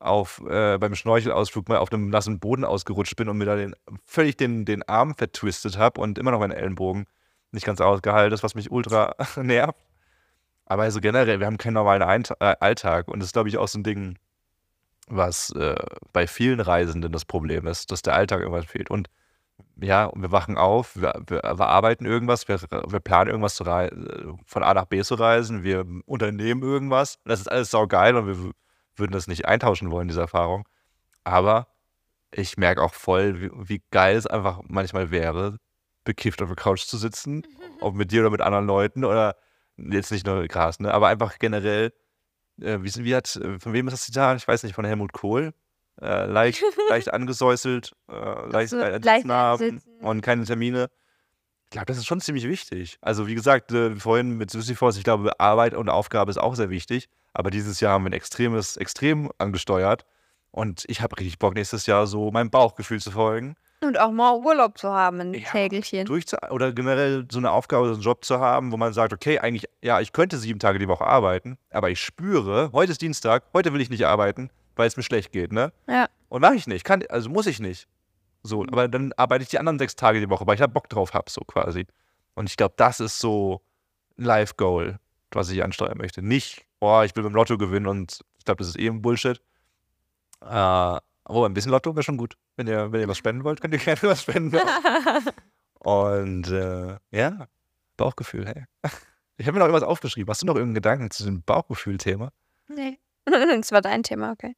beim Schnorchelausflug mal auf einem nassen Boden ausgerutscht bin und mir da völlig den Arm vertwistet habe und immer noch meinen Ellenbogen nicht ganz ausgehalten ist, was mich ultra nervt. Aber also generell, wir haben keinen normalen Alltag und das ist, glaube ich, auch so ein Ding, was bei vielen Reisenden das Problem ist, dass der Alltag irgendwas fehlt. Und ja, wir wachen auf, wir arbeiten irgendwas, wir planen irgendwas von A nach B zu reisen, wir unternehmen irgendwas. Und das ist alles saugeil und wir würden das nicht eintauschen wollen, diese Erfahrung. Aber ich merke auch voll, wie geil es einfach manchmal wäre, bekifft auf der Couch zu sitzen, ob mit dir oder mit anderen Leuten oder jetzt nicht nur krass, ne? Aber einfach generell, von wem ist das Zitat? Ich weiß nicht, von Helmut Kohl. Leicht angesäuselt, leicht Sitzen und keine Termine. Ich glaube, das ist schon ziemlich wichtig. Also wie gesagt, vorhin mit Sisyphos, ich glaube, Arbeit und Aufgabe ist auch sehr wichtig. Aber dieses Jahr haben wir ein Extrem angesteuert. Und ich habe richtig Bock, nächstes Jahr so meinem Bauchgefühl zu folgen. Und auch mal Urlaub zu haben, ein Tägelchen. Oder generell so eine Aufgabe, so einen Job zu haben, wo man sagt, okay, eigentlich, ja, ich könnte 7 Tage die Woche arbeiten, aber ich spüre, heute ist Dienstag, heute will ich nicht arbeiten, weil es mir schlecht geht, ne? Ja. Und mache ich nicht, also muss ich nicht. So, aber dann arbeite ich die anderen 6 Tage die Woche, weil ich da Bock drauf habe, so quasi. Und ich glaube, das ist so ein Life-Goal, was ich ansteuern möchte. Nicht, ich will beim Lotto gewinnen und ich glaube, das ist ein Bullshit. Aber ein bisschen Lotto wäre schon gut. Wenn ihr was spenden wollt, könnt ihr gerne was spenden. Und ja, Bauchgefühl, hey. Ich habe mir noch irgendwas aufgeschrieben. Hast du noch irgendeinen Gedanken zu dem Bauchgefühl-Thema? Nee. Das war dein Thema, okay.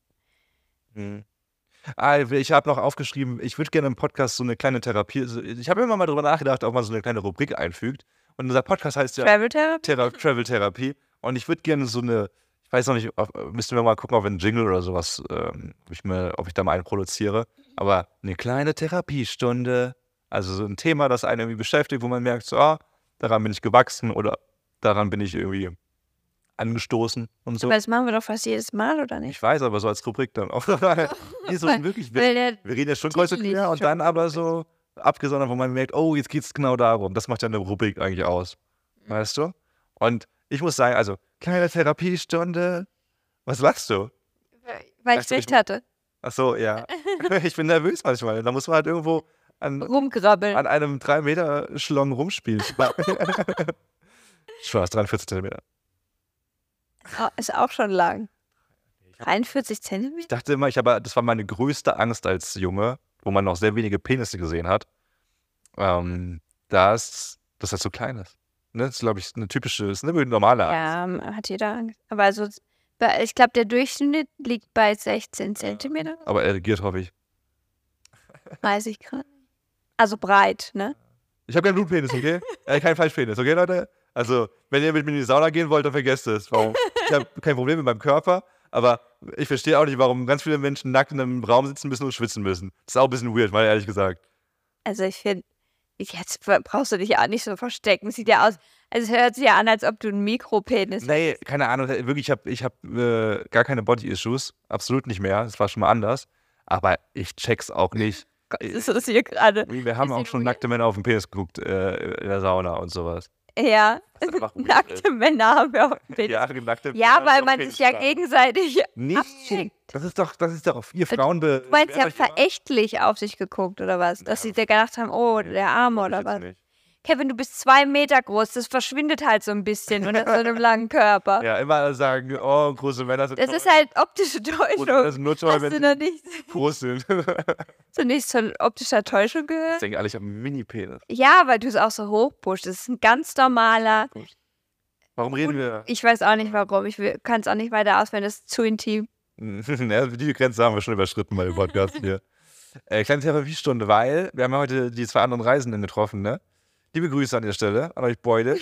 Ich habe noch aufgeschrieben, ich würde gerne im Podcast so eine kleine Therapie, ich habe immer mal drüber nachgedacht, ob man so eine kleine Rubrik einfügt. Und unser Podcast heißt ja Travel-Therapie. Und ich würde gerne so eine, ich weiß noch nicht, müssten wir mal gucken, ob wir einen Jingle oder sowas, ob ich da mal einen produziere. Aber eine kleine Therapiestunde, also so ein Thema, das einen irgendwie beschäftigt, wo man merkt, so, daran bin ich gewachsen oder daran bin ich irgendwie angestoßen und so. Aber das machen wir doch fast jedes Mal, oder nicht? Ich weiß, aber so als Rubrik dann auch. Nee, so wirklich, wir reden ja schon kreuz und quer und dann aber so abgesondert, wo man merkt, oh, jetzt geht es genau darum. Das macht ja eine Rubrik eigentlich aus. Weißt du? Und ich muss sagen, also, kleine Therapiestunde. Was lachst du? Weil ich recht hatte. Ach so, ja. Ich bin nervös manchmal. Da muss man halt irgendwo rumkrabbeln. An einem 3-Meter-Schlong rumspielen. Spaß, 43 Zentimeter. Ist auch schon lang. 43 Zentimeter? Ich dachte immer, das war meine größte Angst als Junge, wo man noch sehr wenige Penisse gesehen hat, dass das halt so klein ist. Ne? Das ist, glaube ich, ist eine normale Angst. Ja, hat jeder Angst. Aber also Ich glaube, der Durchschnitt liegt bei 16 Zentimeter. Aber erregiert, hoffe ich. Weiß ich gerade. Also breit, ne? Ich habe keinen Blutpenis, okay? Kein Fleischpenis, okay, Leute? Also, wenn ihr mit mir in die Sauna gehen wollt, dann vergesst es. Ich habe kein Problem mit meinem Körper, aber ich verstehe auch nicht, warum ganz viele Menschen nackt in einem Raum sitzen müssen und schwitzen müssen. Das ist auch ein bisschen weird, mal ehrlich gesagt. Also ich finde, jetzt brauchst du dich ja auch nicht so verstecken. Sieht ja aus, also es hört sich ja an, als ob du einen Mikropenis hast. Nee, keine Ahnung, wirklich, ich hab gar keine Body-Issues, absolut nicht mehr, das war schon mal anders, aber ich check's auch nicht. Gott, ist das hier gerade. Wir haben auch schon nackte Männer auf den Penis geguckt in der Sauna und sowas. Ja, nackte Männer haben wir auch ein Bild. Ja, nackte Ja, Männer weil auf man Penis sich ja starren. gegenseitig Nicht? abschickt. Das ist doch auf ihr Frauen. Du meinst, sie haben verächtlich auf sich geguckt, oder was? Dass sie da gedacht haben, oh, der Arme oder was? Kevin, du bist 2 Meter groß, das verschwindet halt so ein bisschen unter so einem langen Körper. Ja, immer sagen, oh, große Männer sind Das toll. ist halt optische Große Männer Täuschung. sind nur toll, Hast wenn du sie noch nicht, groß sind. so nicht von optischer Täuschung Ich gehört? denke alle, ich habe einen Mini-Penis. Ja, weil du es auch so hochpusht. Das ist ein ganz normaler. Warum reden wir? Ich weiß auch nicht warum. Ich kann es auch nicht weiter ausführen. Das ist zu intim. Ja, die Grenze haben wir schon überschritten bei dem Podcast hier. Kleine Therapiestunde, weil wir haben ja heute die 2 anderen Reisenden getroffen, ne? Liebe Grüße an der Stelle, an euch beide.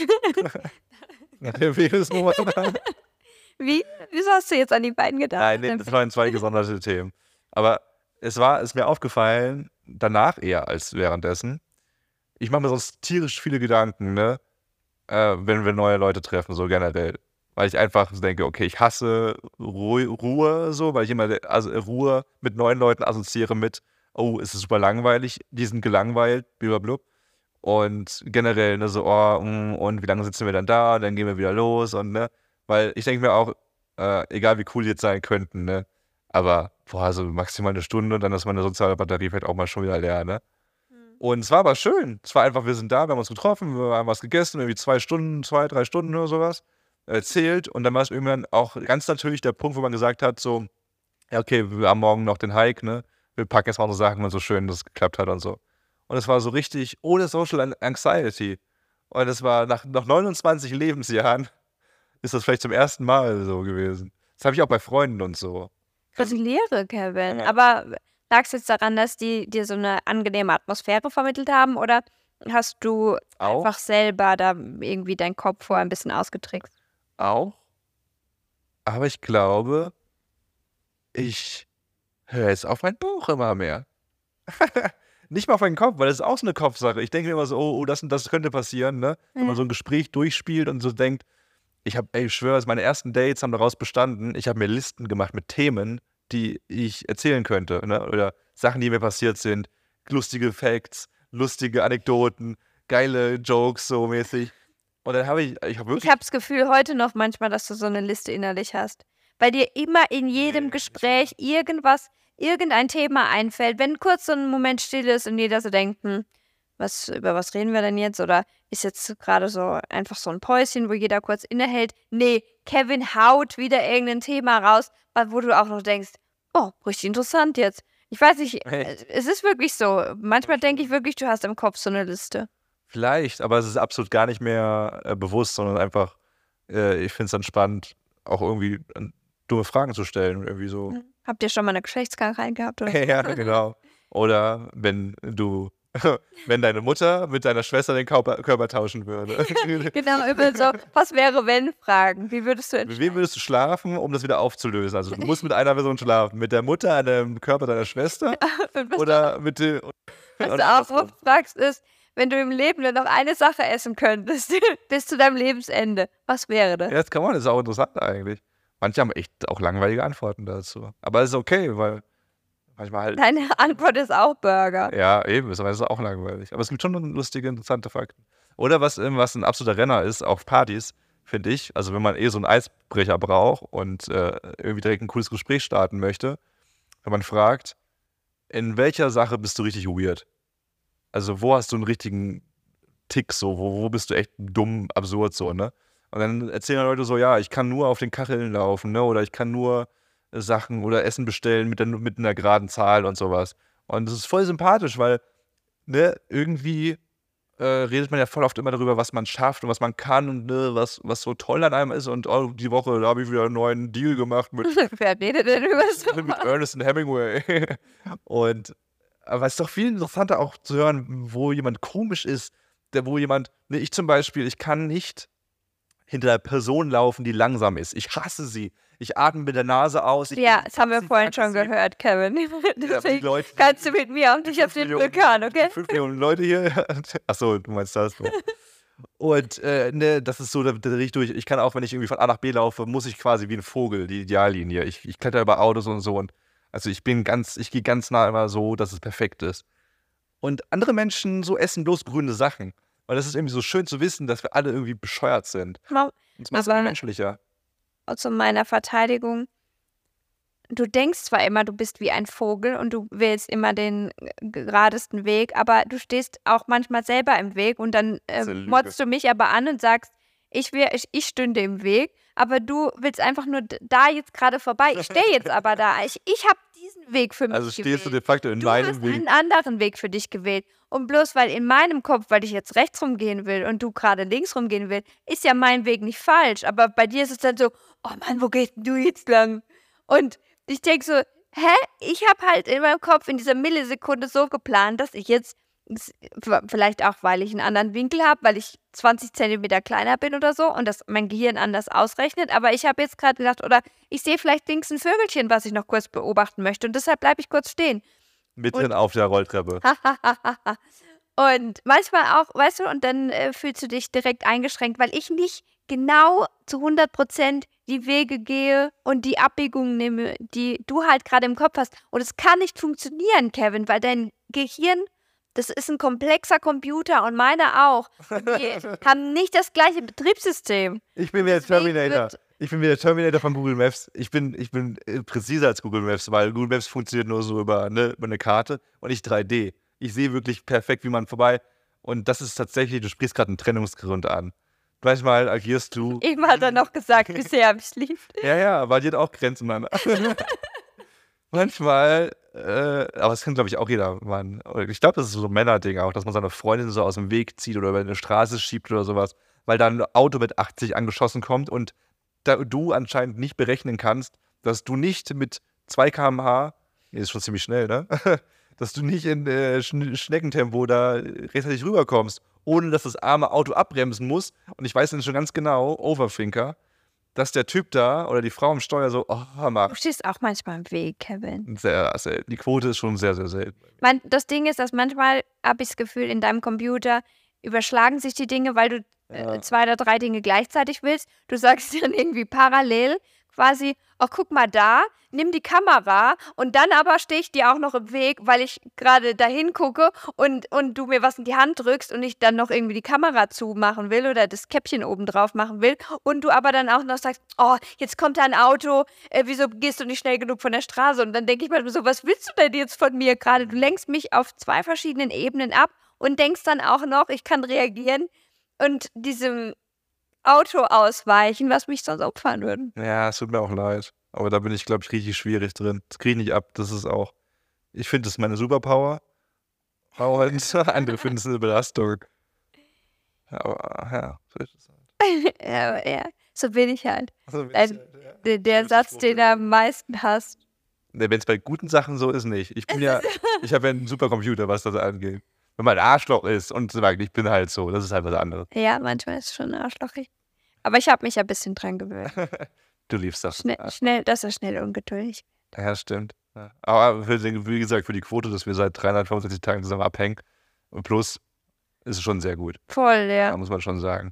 Wie? Wieso hast du jetzt an die beiden gedacht? Nein, nee, das waren 2 gesonderte Themen. Aber ist mir aufgefallen, danach eher als währenddessen. Ich mache mir sonst tierisch viele Gedanken, ne? Wenn wir neue Leute treffen, so generell. Weil ich einfach denke, okay, ich hasse Ruhe so, weil ich immer Ruhe mit neuen Leuten assoziiere mit, oh, es ist super langweilig, die sind gelangweilt, blablabla. Und generell, ne, so, oh, und wie lange sitzen wir dann da? Dann gehen wir wieder los und, ne, weil ich denke mir auch, egal wie cool die jetzt sein könnten, ne, aber, boah, so maximal eine Stunde und dann ist meine soziale Batterie vielleicht auch mal schon wieder leer, ne. Und es war aber schön. Es war einfach, wir sind da, wir haben uns getroffen, wir haben was gegessen, irgendwie 2 Stunden, 2, 3 Stunden oder sowas, erzählt. Und dann war es irgendwann auch ganz natürlich der Punkt, wo man gesagt hat, so, ja, okay, wir haben morgen noch den Hike, ne, wir packen jetzt mal unsere Sachen, weil so schön das geklappt hat und so. Und es war so richtig ohne Social Anxiety. Und es war nach 29 Lebensjahren, ist das vielleicht zum ersten Mal so gewesen. Das habe ich auch bei Freunden und so. Gratuliere, Kevin. Ja. Aber lag es jetzt daran, dass die dir so eine angenehme Atmosphäre vermittelt haben oder hast du Auch? einfach selber da irgendwie deinen Kopf vorher ein bisschen ausgetrickst? Auch. Aber ich glaube, ich höre jetzt auf meinen Bauch immer mehr. Nicht mal auf meinen Kopf, weil das ist auch so eine Kopfsache. Ich denke mir immer so, oh, das und das könnte passieren, ne? Wenn man so ein Gespräch durchspielt und so denkt, ich schwöre, meine ersten Dates haben daraus bestanden, ich habe mir Listen gemacht mit Themen, die ich erzählen könnte, ne? Oder Sachen, die mir passiert sind, lustige Facts, lustige Anekdoten, geile Jokes so mäßig. Und dann habe ich habe Ich wirklich habe das Gefühl heute noch manchmal, dass du so eine Liste innerlich hast. Weil dir immer in jedem Gespräch irgendein Thema einfällt. Wenn kurz so ein Moment still ist und jeder so denkt, über was reden wir denn jetzt? Oder ist jetzt gerade so einfach so ein Päuschen, wo jeder kurz innehält? Nee, Kevin haut wieder irgendein Thema raus, wo du auch noch denkst, oh, richtig interessant jetzt. Ich weiß nicht, Echt? es ist wirklich so. Manchmal denke ich wirklich, du hast im Kopf so eine Liste. vielleicht, aber es ist absolut gar nicht mehr bewusst, sondern einfach, ich finde es dann spannend, auch irgendwie dumme Fragen zu stellen. Irgendwie so. Habt ihr schon mal eine Geschlechtskrankheit gehabt? Oder? Ja, genau. Oder wenn deine Mutter mit deiner Schwester den Körper tauschen würde. Genau, über so, was wäre wenn Fragen. Wie würdest du Mit wem würdest du schlafen, um das wieder aufzulösen? Also du musst mit einer Person schlafen. Mit der Mutter an dem Körper deiner Schwester oder mit dem... Was du auch oft fragst ist, wenn du im Leben nur noch eine Sache essen könntest, bis zu deinem Lebensende, was wäre das? Ja, das ist auch interessant eigentlich. Manche haben echt auch langweilige Antworten dazu. Aber es ist okay, weil manchmal halt... Deine Antwort ist auch Burger. Ja, eben, ist aber das ist auch langweilig. Aber es gibt schon lustige, interessante Fakten. Oder was ein absoluter Renner ist, auf Partys, finde ich. Also wenn man so einen Eisbrecher braucht und irgendwie direkt ein cooles Gespräch starten möchte, wenn man fragt, in welcher Sache bist du richtig weird? Also wo hast du einen richtigen Tick so? Wo bist du echt dumm, absurd so, ne? Und dann erzählen Leute so, ja, ich kann nur auf den Kacheln laufen, ne? Oder ich kann nur Sachen oder Essen bestellen mit einer geraden Zahl und sowas. Und das ist voll sympathisch, weil, ne, irgendwie redet man ja voll oft immer darüber, was man schafft und was man kann und ne, was so toll an einem ist. Und die Woche, da habe ich wieder einen neuen Deal gemacht mit Wer redet denn über so? mit Ernest und Hemingway. Aber es ist doch viel interessanter auch zu hören, wo jemand komisch ist, ne, ich zum Beispiel, ich kann nicht hinter einer Person laufen, die langsam ist. Ich hasse sie. Ich atme mit der Nase aus. Ja, das haben wir vorhin schon aggressiv. gehört, Kevin. die Deswegen Leute- kannst du mit mir auch nicht auf 5 den Millionen- Vulkan, okay? 5 Millionen Leute hier. Achso, du meinst das. Und ne, das ist so, da drehe ich durch. Ich kann auch, wenn ich irgendwie von A nach B laufe, muss ich quasi wie ein Vogel, die Ideallinie. Ich kletter über Autos und so. Und also ich gehe ganz nah immer so, dass es perfekt ist. Und andere Menschen so essen bloß grüne Sachen. Weil das ist irgendwie so schön zu wissen, dass wir alle irgendwie bescheuert sind. Und das macht es Aber- menschlicher. Zu meiner Verteidigung, du denkst zwar immer, du bist wie ein Vogel und du wählst immer den geradesten Weg, aber du stehst auch manchmal selber im Weg und dann ist eine Lüge. motzt du mich aber an und sagst, ich stünde im Weg, aber du willst einfach nur da jetzt gerade vorbei. Ich stehe jetzt aber da. Ich habe diesen Weg für mich Also stehst du gewählt. de facto in Du meinem hast Weg. einen anderen Weg für dich gewählt. Und bloß weil in meinem Kopf, weil ich jetzt rechts rumgehen will und du gerade links rumgehen willst, ist ja mein Weg nicht falsch. Aber bei dir ist es dann so, oh Mann, wo gehst denn du jetzt lang? Und ich denke so, hä? Ich habe halt in meinem Kopf in dieser Millisekunde so geplant, dass ich jetzt, vielleicht auch, weil ich einen anderen Winkel habe, weil ich 20 Zentimeter kleiner bin oder so und das mein Gehirn anders ausrechnet. Aber ich habe jetzt gerade gedacht, oder ich sehe vielleicht links ein Vögelchen, was ich noch kurz beobachten möchte. Und deshalb bleibe ich kurz stehen. Mitten auf der Rolltreppe. Und manchmal auch, weißt du, und dann fühlst du dich direkt eingeschränkt, weil ich nicht genau zu 100% die Wege gehe und die Abbiegungen nehme, die du halt gerade im Kopf hast. Und es kann nicht funktionieren, Kevin, weil dein Gehirn, das ist ein komplexer Computer und meiner auch. Und die haben nicht das gleiche Betriebssystem. Ich bin wie der Deswegen Terminator. Ich bin wie der Terminator von Google Maps. Ich bin präziser als Google Maps, weil Google Maps funktioniert nur so über eine Karte und nicht 3D. Ich sehe wirklich perfekt, wie man vorbei. Und das ist tatsächlich, du sprichst gerade einen Trennungsgrund an. Manchmal agierst du. Eben hat er noch gesagt, bisher habe ich es lieb. Ja, weil die hat auch Grenzen, Mann. Manchmal, aber das kennt, glaube ich, auch jeder Mann. Ich glaube, das ist so ein Männerding auch, dass man seine Freundin so aus dem Weg zieht oder über eine Straße schiebt oder sowas, weil da ein Auto mit 80 angeschossen kommt und du anscheinend nicht berechnen kannst, dass du nicht mit 2 km/h, nee, ist schon ziemlich schnell, ne? Dass du nicht in Schneckentempo da rechtzeitig rüberkommst, ohne dass das arme Auto abbremsen muss. Und ich weiß dann schon ganz genau, Overthinker, dass der Typ da oder die Frau am Steuer so, oh, Du macht. stehst auch manchmal im Weg, Kevin. Sehr selten. Die Quote ist schon sehr, sehr selten. Das Ding ist, dass manchmal habe ich das Gefühl, in deinem Computer überschlagen sich die Dinge, weil du 2 oder 3 Dinge gleichzeitig willst. Du sagst dann irgendwie parallel quasi, ach guck mal da, nimm die Kamera und dann aber stehe ich dir auch noch im Weg, weil ich gerade dahin gucke und du mir was in die Hand drückst und ich dann noch irgendwie die Kamera zumachen will oder das Käppchen oben drauf machen will und du aber dann auch noch sagst, oh, jetzt kommt da ein Auto, wieso gehst du nicht schnell genug von der Straße? Und dann denke ich mir so, was willst du denn jetzt von mir gerade? Du lenkst mich auf 2 verschiedenen Ebenen ab und denkst dann auch noch, ich kann reagieren und diesem Auto ausweichen, was mich sonst opfern würde. Ja, es tut mir auch leid. Aber da bin ich, glaube ich, richtig schwierig drin. Das kriege ich nicht ab. Das ist auch, ich finde, das ist meine Superpower. Aber andere finden es eine Belastung. Aber ja, so ist es halt. Ja, so bin ich halt. Also, Der Satz, den du am meisten hasst. wenn es bei guten Sachen so ist, nicht. Ich habe ja einen Supercomputer, was das angeht. Wenn man ein Arschloch ist und so weiter, ich bin halt so, das ist halt was anderes. Ja, manchmal ist es schon arschlochig. Aber ich habe mich ein bisschen dran gewöhnt. Du liebst das. Das ist schnell ungeduldig. Ja, stimmt. Ja. Aber wie gesagt, für die Quote, dass wir seit 365 Tagen zusammen abhängen, und plus ist es schon sehr gut. Voll, Da ja. muss man schon sagen.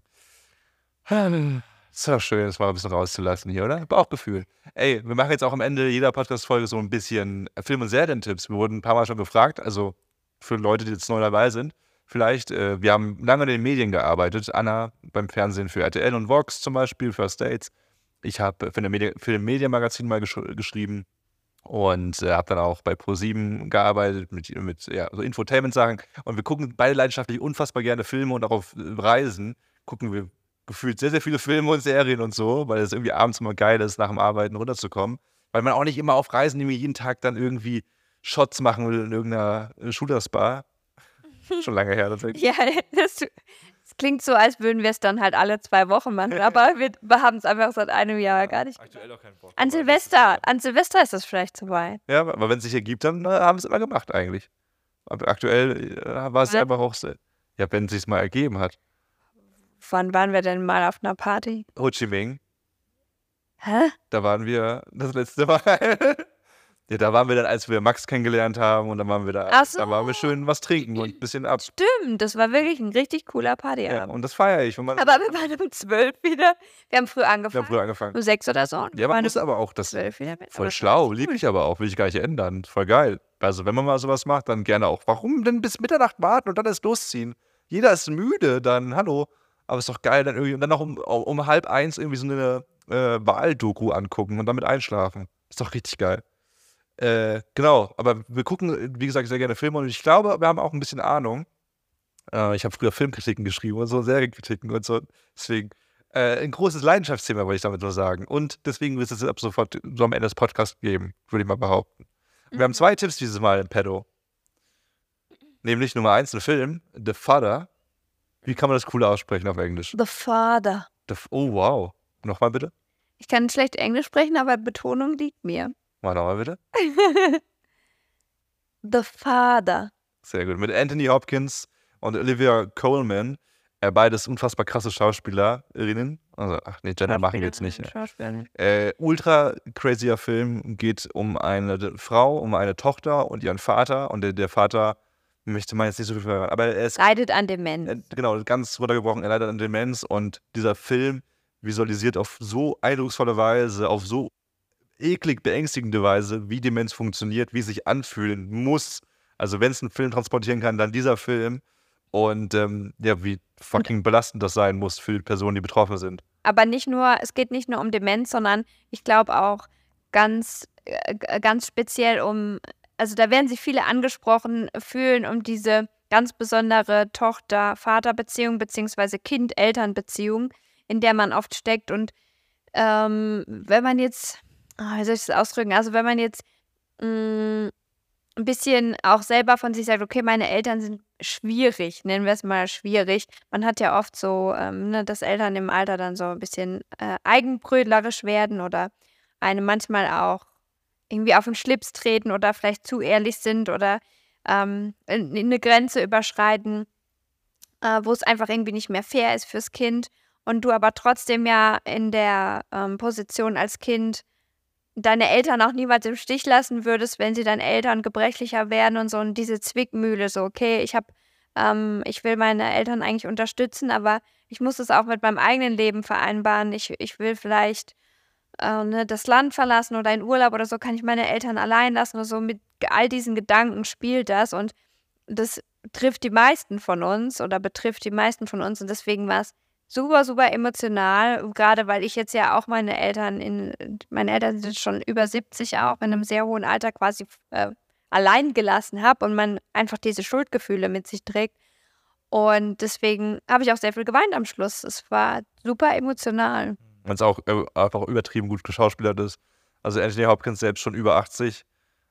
Ist doch schön, das mal ein bisschen rauszulassen hier, oder? Bauchgefühl. Ey, wir machen jetzt auch am Ende jeder Podcast-Folge so ein bisschen Film- und Serientipps. Wir wurden ein paar Mal schon gefragt, also für Leute, die jetzt neu dabei sind. Vielleicht, wir haben lange in den Medien gearbeitet. Anna beim Fernsehen für RTL und Vox zum Beispiel, First Dates. Ich habe für ein Medienmagazin mal geschrieben und habe dann auch bei ProSieben gearbeitet mit so Infotainment-Sachen. Und wir gucken beide leidenschaftlich unfassbar gerne Filme und auch auf Reisen gucken wir gefühlt sehr, sehr viele Filme und Serien und so, weil es irgendwie abends immer geil ist, nach dem Arbeiten runterzukommen. Weil man auch nicht immer auf Reisen irgendwie jeden Tag dann irgendwie Shots machen will in irgendeiner Shooter-Spa. Schon lange her tatsächlich. Ja, das klingt so, als würden wir es dann halt alle 2 Wochen machen, aber wir haben es einfach seit einem Jahr gar nicht. Aktuell auch keinen Bock. An Silvester ist das vielleicht zu weit. Ja, aber wenn es sich ergibt, dann haben wir es immer gemacht eigentlich. Aber aktuell war es Ja. einfach auch so. Ja, wenn es sich mal ergeben hat. Wann waren wir denn mal auf einer Party? Ho Chi Minh, Hä? da waren wir das letzte Mal. Ja, da waren wir dann, als wir Max kennengelernt haben und dann waren wir da. Ach so. Da waren wir schön was trinken und ein bisschen ab. Stimmt, das war wirklich ein richtig cooler Ja, Partyabend. und das feiere ich. Wir Aber wir waren um 12 wieder. Wir haben früh haben angefangen. früher angefangen. Um 6 oder so. Und wir Ja, man waren muss um aber auch das 12 wieder mit. voll Aber schlau, liebe ich aber auch, will ich gar nicht ändern. Voll geil. Also, wenn man mal sowas macht, dann gerne auch. Warum denn bis Mitternacht warten und dann erst losziehen? Jeder ist müde, dann, hallo. Aber ist doch geil, dann irgendwie, und dann noch um 12:30 irgendwie so eine Wahldoku angucken und damit einschlafen. Ist doch richtig geil. Genau, aber wir gucken, wie gesagt, sehr gerne Filme und ich glaube, wir haben auch ein bisschen Ahnung. Ich habe früher Filmkritiken geschrieben und so, Serienkritiken und so. Deswegen ein großes Leidenschaftsthema, wollte ich damit nur sagen. Und deswegen wird es ab sofort so am Ende des Podcasts geben, würde ich mal behaupten. Wir haben 2 Tipps dieses Mal in petto. Nämlich Nummer 1, ein Film, The Father. Wie kann man das cool aussprechen auf Englisch? The Father. Oh, wow. Nochmal bitte? Ich kann schlecht Englisch sprechen, aber Betonung liegt mir. Mal nochmal bitte? The Father. Sehr gut. Mit Anthony Hopkins und Olivia Colman. Beides unfassbar krasse Schauspielerinnen. Also, Gender machen wir jetzt nicht. Schauspielerin. Ultra crazier Film. Geht um eine Frau, um eine Tochter und ihren Vater. Und der Vater möchte man jetzt nicht so viel verraten. Aber er ist Leidet an Demenz. genau, ganz runtergebrochen, er leidet an Demenz und dieser Film visualisiert auf so eindrucksvolle Weise, auf so eklig beängstigende Weise, wie Demenz funktioniert, wie es sich anfühlen muss. Also wenn es einen Film transportieren kann, dann dieser Film. Und ja, wie fucking belastend das sein muss für die Personen, die betroffen sind. Aber es geht nicht nur um Demenz, sondern ich glaube auch ganz speziell also da werden sich viele angesprochen fühlen, um diese ganz besondere Tochter-Vater-Beziehung beziehungsweise Kind-Eltern-Beziehung, in der man oft steckt. Und wenn man jetzt, wie soll ich das ausdrücken, also wenn man jetzt ein bisschen auch selber von sich sagt, okay, meine Eltern sind schwierig, nennen wir es mal schwierig. Man hat ja oft so, dass Eltern im Alter dann so ein bisschen eigenbrötlerisch werden oder einem manchmal auch irgendwie auf den Schlips treten oder vielleicht zu ehrlich sind oder eine Grenze überschreiten, wo es einfach irgendwie nicht mehr fair ist fürs Kind und du aber trotzdem ja in der Position als Kind deine Eltern auch niemals im Stich lassen würdest, wenn sie deine Eltern gebrechlicher werden und so und diese Zwickmühle so, okay, ich will meine Eltern eigentlich unterstützen, aber ich muss es auch mit meinem eigenen Leben vereinbaren. Ich will vielleicht das Land verlassen oder in Urlaub oder so, kann ich meine Eltern allein lassen oder so. Mit all diesen Gedanken spielt das und das trifft die meisten von uns oder betrifft die meisten von uns und deswegen war es super, super emotional, gerade weil ich jetzt ja auch meine Eltern sind schon über 70 auch in einem sehr hohen Alter quasi allein gelassen habe und man einfach diese Schuldgefühle mit sich trägt. Und deswegen habe ich auch sehr viel geweint am Schluss. Es war super emotional. Wenn es auch einfach übertrieben gut geschauspielert ist. Also Anthony Hopkins selbst schon über 80,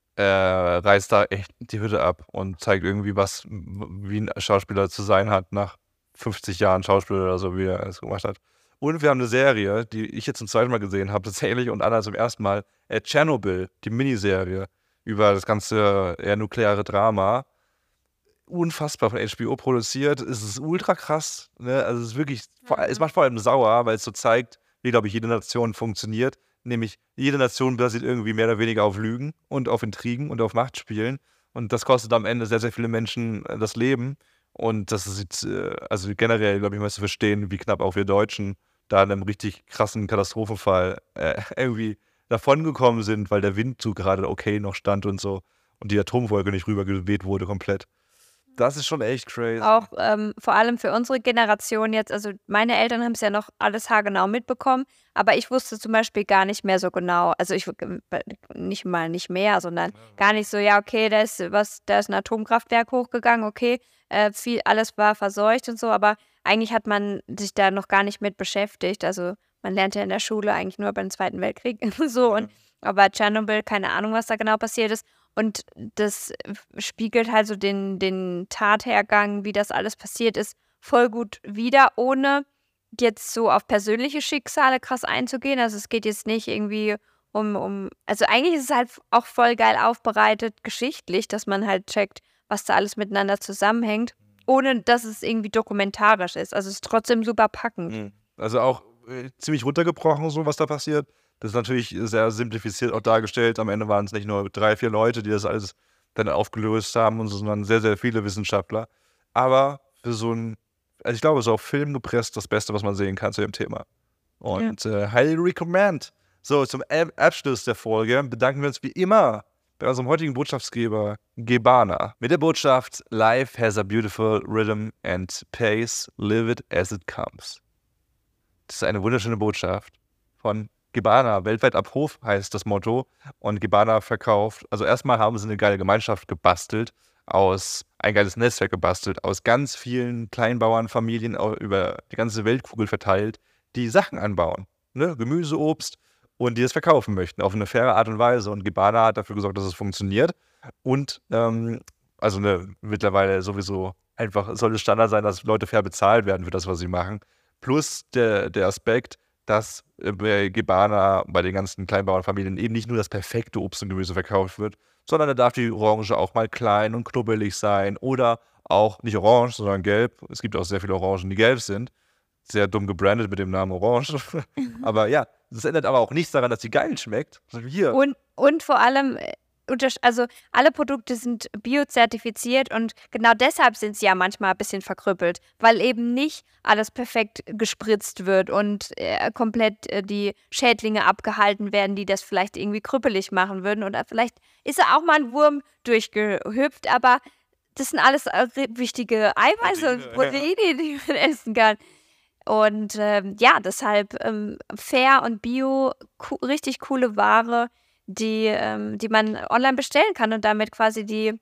reißt da echt die Hütte ab und zeigt irgendwie wie ein Schauspieler zu sein hat nach 50 Jahren Schauspieler oder so, wie er es gemacht hat. Und wir haben eine Serie, die ich jetzt zum zweiten Mal gesehen habe, tatsächlich, und Anna zum ersten Mal, Tschernobyl, die Miniserie über das ganze nukleare Drama. Unfassbar von HBO produziert. Es ist ultra krass. Ne? Also es ist wirklich, es macht vor allem sauer, weil es so zeigt, wie, glaube ich, jede Nation funktioniert. Nämlich, jede Nation basiert irgendwie mehr oder weniger auf Lügen und auf Intrigen und auf Machtspielen. Und das kostet am Ende sehr, sehr viele Menschen das Leben. Und das ist jetzt, also generell, glaube ich, mal zu verstehen, wie knapp auch wir Deutschen da in einem richtig krassen Katastrophenfall irgendwie davongekommen sind, weil der Wind so gerade okay noch stand und so und die Atomwolke nicht rübergeweht wurde komplett. Das ist schon echt crazy. Auch vor allem für unsere Generation jetzt, also meine Eltern haben es ja noch alles haargenau mitbekommen, aber ich wusste zum Beispiel gar nicht mehr so genau, also ich nicht mehr, sondern gar nicht so, ja okay, da ist ein Atomkraftwerk hochgegangen, okay, alles war verseucht und so, aber eigentlich hat man sich da noch gar nicht mit beschäftigt, also man lernt ja in der Schule eigentlich nur über den Zweiten Weltkrieg so aber Tschernobyl, keine Ahnung, was da genau passiert ist Und das spiegelt halt so den Tathergang, wie das alles passiert ist, voll gut wider, ohne jetzt so auf persönliche Schicksale krass einzugehen. Also es geht jetzt nicht irgendwie also eigentlich ist es halt auch voll geil aufbereitet, geschichtlich, dass man halt checkt, was da alles miteinander zusammenhängt, ohne dass es irgendwie dokumentarisch ist. Also es ist trotzdem super packend. Also auch ziemlich runtergebrochen, so was da passiert. Das ist natürlich sehr simplifiziert auch dargestellt. Am Ende waren es nicht nur 3, 4 Leute, die das alles dann aufgelöst haben, und so, sondern sehr, sehr viele Wissenschaftler. Aber für so also ich glaube, so auf Film gepresst das Beste, was man sehen kann zu dem Thema. Und highly recommend. So, zum Abschluss der Folge bedanken wir uns wie immer bei unserem heutigen Botschaftsgeber Gebana mit der Botschaft: Life has a beautiful rhythm and pace, live it as it comes. Das ist eine wunderschöne Botschaft von Gebana. Weltweit ab Hof heißt das Motto. Und Gebana verkauft, also erstmal haben sie eine geile Gemeinschaft gebastelt, ein geiles Netzwerk gebastelt, aus ganz vielen Kleinbauernfamilien über die ganze Weltkugel verteilt, die Sachen anbauen. Ne? Gemüse, Obst, und die das verkaufen möchten auf eine faire Art und Weise. Und Gebana hat dafür gesorgt, dass es funktioniert. Und mittlerweile sowieso einfach soll es Standard sein, dass Leute fair bezahlt werden für das, was sie machen. Plus der Aspekt, dass bei Gebana, bei den ganzen Kleinbauernfamilien eben nicht nur das perfekte Obst und Gemüse verkauft wird, sondern da darf die Orange auch mal klein und knubbelig sein oder auch nicht orange, sondern gelb. Es gibt auch sehr viele Orangen, die gelb sind. Sehr dumm gebrandet mit dem Namen Orange. Aber ja, das ändert aber auch nichts daran, dass die geil schmeckt. Hier. Und vor allem, also alle Produkte sind biozertifiziert und genau deshalb sind sie ja manchmal ein bisschen verkrüppelt, weil eben nicht alles perfekt gespritzt wird und komplett die Schädlinge abgehalten werden, die das vielleicht irgendwie krüppelig machen würden. Oder vielleicht ist ja auch mal ein Wurm durchgehüpft, aber das sind alles wichtige Eiweiße und Proteine, die man essen kann. Und deshalb fair und bio, richtig coole Ware, die man online bestellen kann und damit quasi die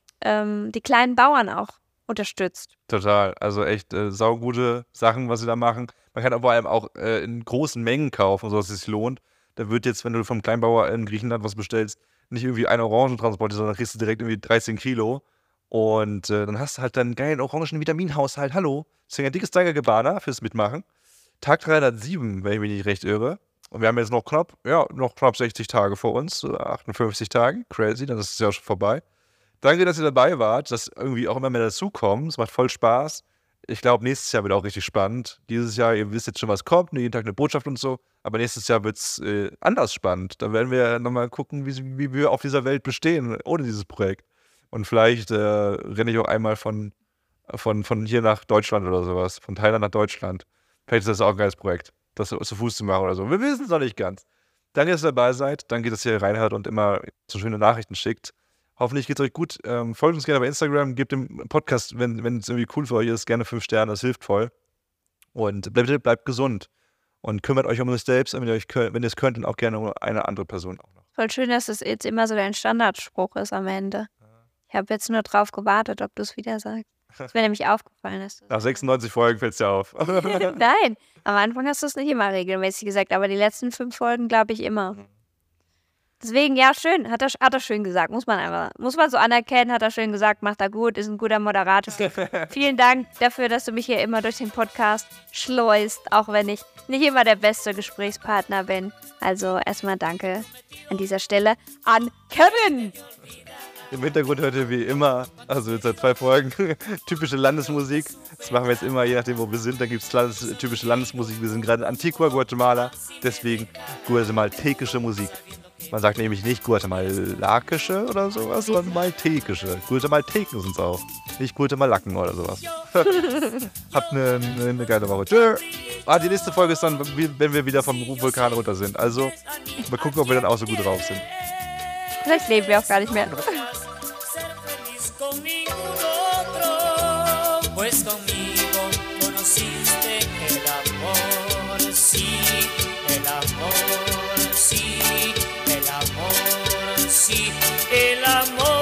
kleinen Bauern auch unterstützt. Total, also echt saugute Sachen, was sie da machen. Man kann vor allem auch in großen Mengen kaufen, sodass es sich lohnt. Da wird jetzt, wenn du vom Kleinbauer in Griechenland was bestellst, nicht irgendwie eine Orange transportiert, sondern kriegst du direkt irgendwie 13 Kilo. Und dann hast du halt deinen geilen Orangen-Vitaminhaushalt. Hallo, deswegen ein dickes Danke Gebana fürs Mitmachen. Tag 307, wenn ich mich nicht recht irre. Und wir haben jetzt noch knapp 60 Tage vor uns, 58 Tage. Crazy, dann ist es ja schon vorbei. Danke, dass ihr dabei wart, dass irgendwie auch immer mehr dazukommen. Es macht voll Spaß. Ich glaube, nächstes Jahr wird auch richtig spannend. Dieses Jahr, ihr wisst jetzt schon, was kommt, jeden Tag eine Botschaft und so. Aber nächstes Jahr wird es anders spannend. Da werden wir nochmal gucken, wie wir auf dieser Welt bestehen, ohne dieses Projekt. Und vielleicht renne ich auch einmal von hier nach Deutschland oder sowas. Von Thailand nach Deutschland. Vielleicht ist das auch ein geiles Projekt, das zu Fuß zu machen oder so. Wir wissen es noch nicht ganz. Danke, dass ihr dabei seid. Danke, dass ihr reinhört und immer so schöne Nachrichten schickt. Hoffentlich geht es euch gut. Folgt uns gerne bei Instagram. Gebt dem Podcast, wenn es irgendwie cool für euch ist, gerne 5 Sterne. Das hilft voll. Und bleibt gesund. Und kümmert euch um euch selbst, wenn ihr es könnt, und auch gerne um eine andere Person auch noch. Voll schön, dass es jetzt immer so dein Standardspruch ist am Ende. Ich habe jetzt nur drauf gewartet, ob du es wieder sagst. Das wäre nämlich aufgefallen. Nach 96 Folgen fällt es dir auf. Nein, am Anfang hast du es nicht immer regelmäßig gesagt, aber die letzten 5 Folgen glaube ich immer. Deswegen, ja, schön. Hat er schön gesagt. Muss man so anerkennen, hat er schön gesagt, macht er gut, ist ein guter Moderator. Vielen Dank dafür, dass du mich hier immer durch den Podcast schleust, auch wenn ich nicht immer der beste Gesprächspartner bin. Also erstmal danke an dieser Stelle an Kevin. Im Hintergrund hört ihr wie immer, also jetzt seit 2 Folgen, typische Landesmusik. Das machen wir jetzt immer, je nachdem, wo wir sind. Da gibt es typische Landesmusik. Wir sind gerade in Antigua, Guatemala. Deswegen guatemaltekische Musik. Man sagt nämlich nicht guatemalakische oder sowas, sondern maltekische. Guatemalteken sind es auch. Nicht Guatemalaken oder sowas. Habt eine geile Woche. Tschö. Die nächste Folge ist dann, wenn wir wieder vom Vulkan runter sind. Also mal gucken, ob wir dann auch so gut drauf sind. Vielleicht leben wir auch gar nicht mehr. Pues conmigo conociste el amor, sí, el amor, sí, el amor, sí, el amor.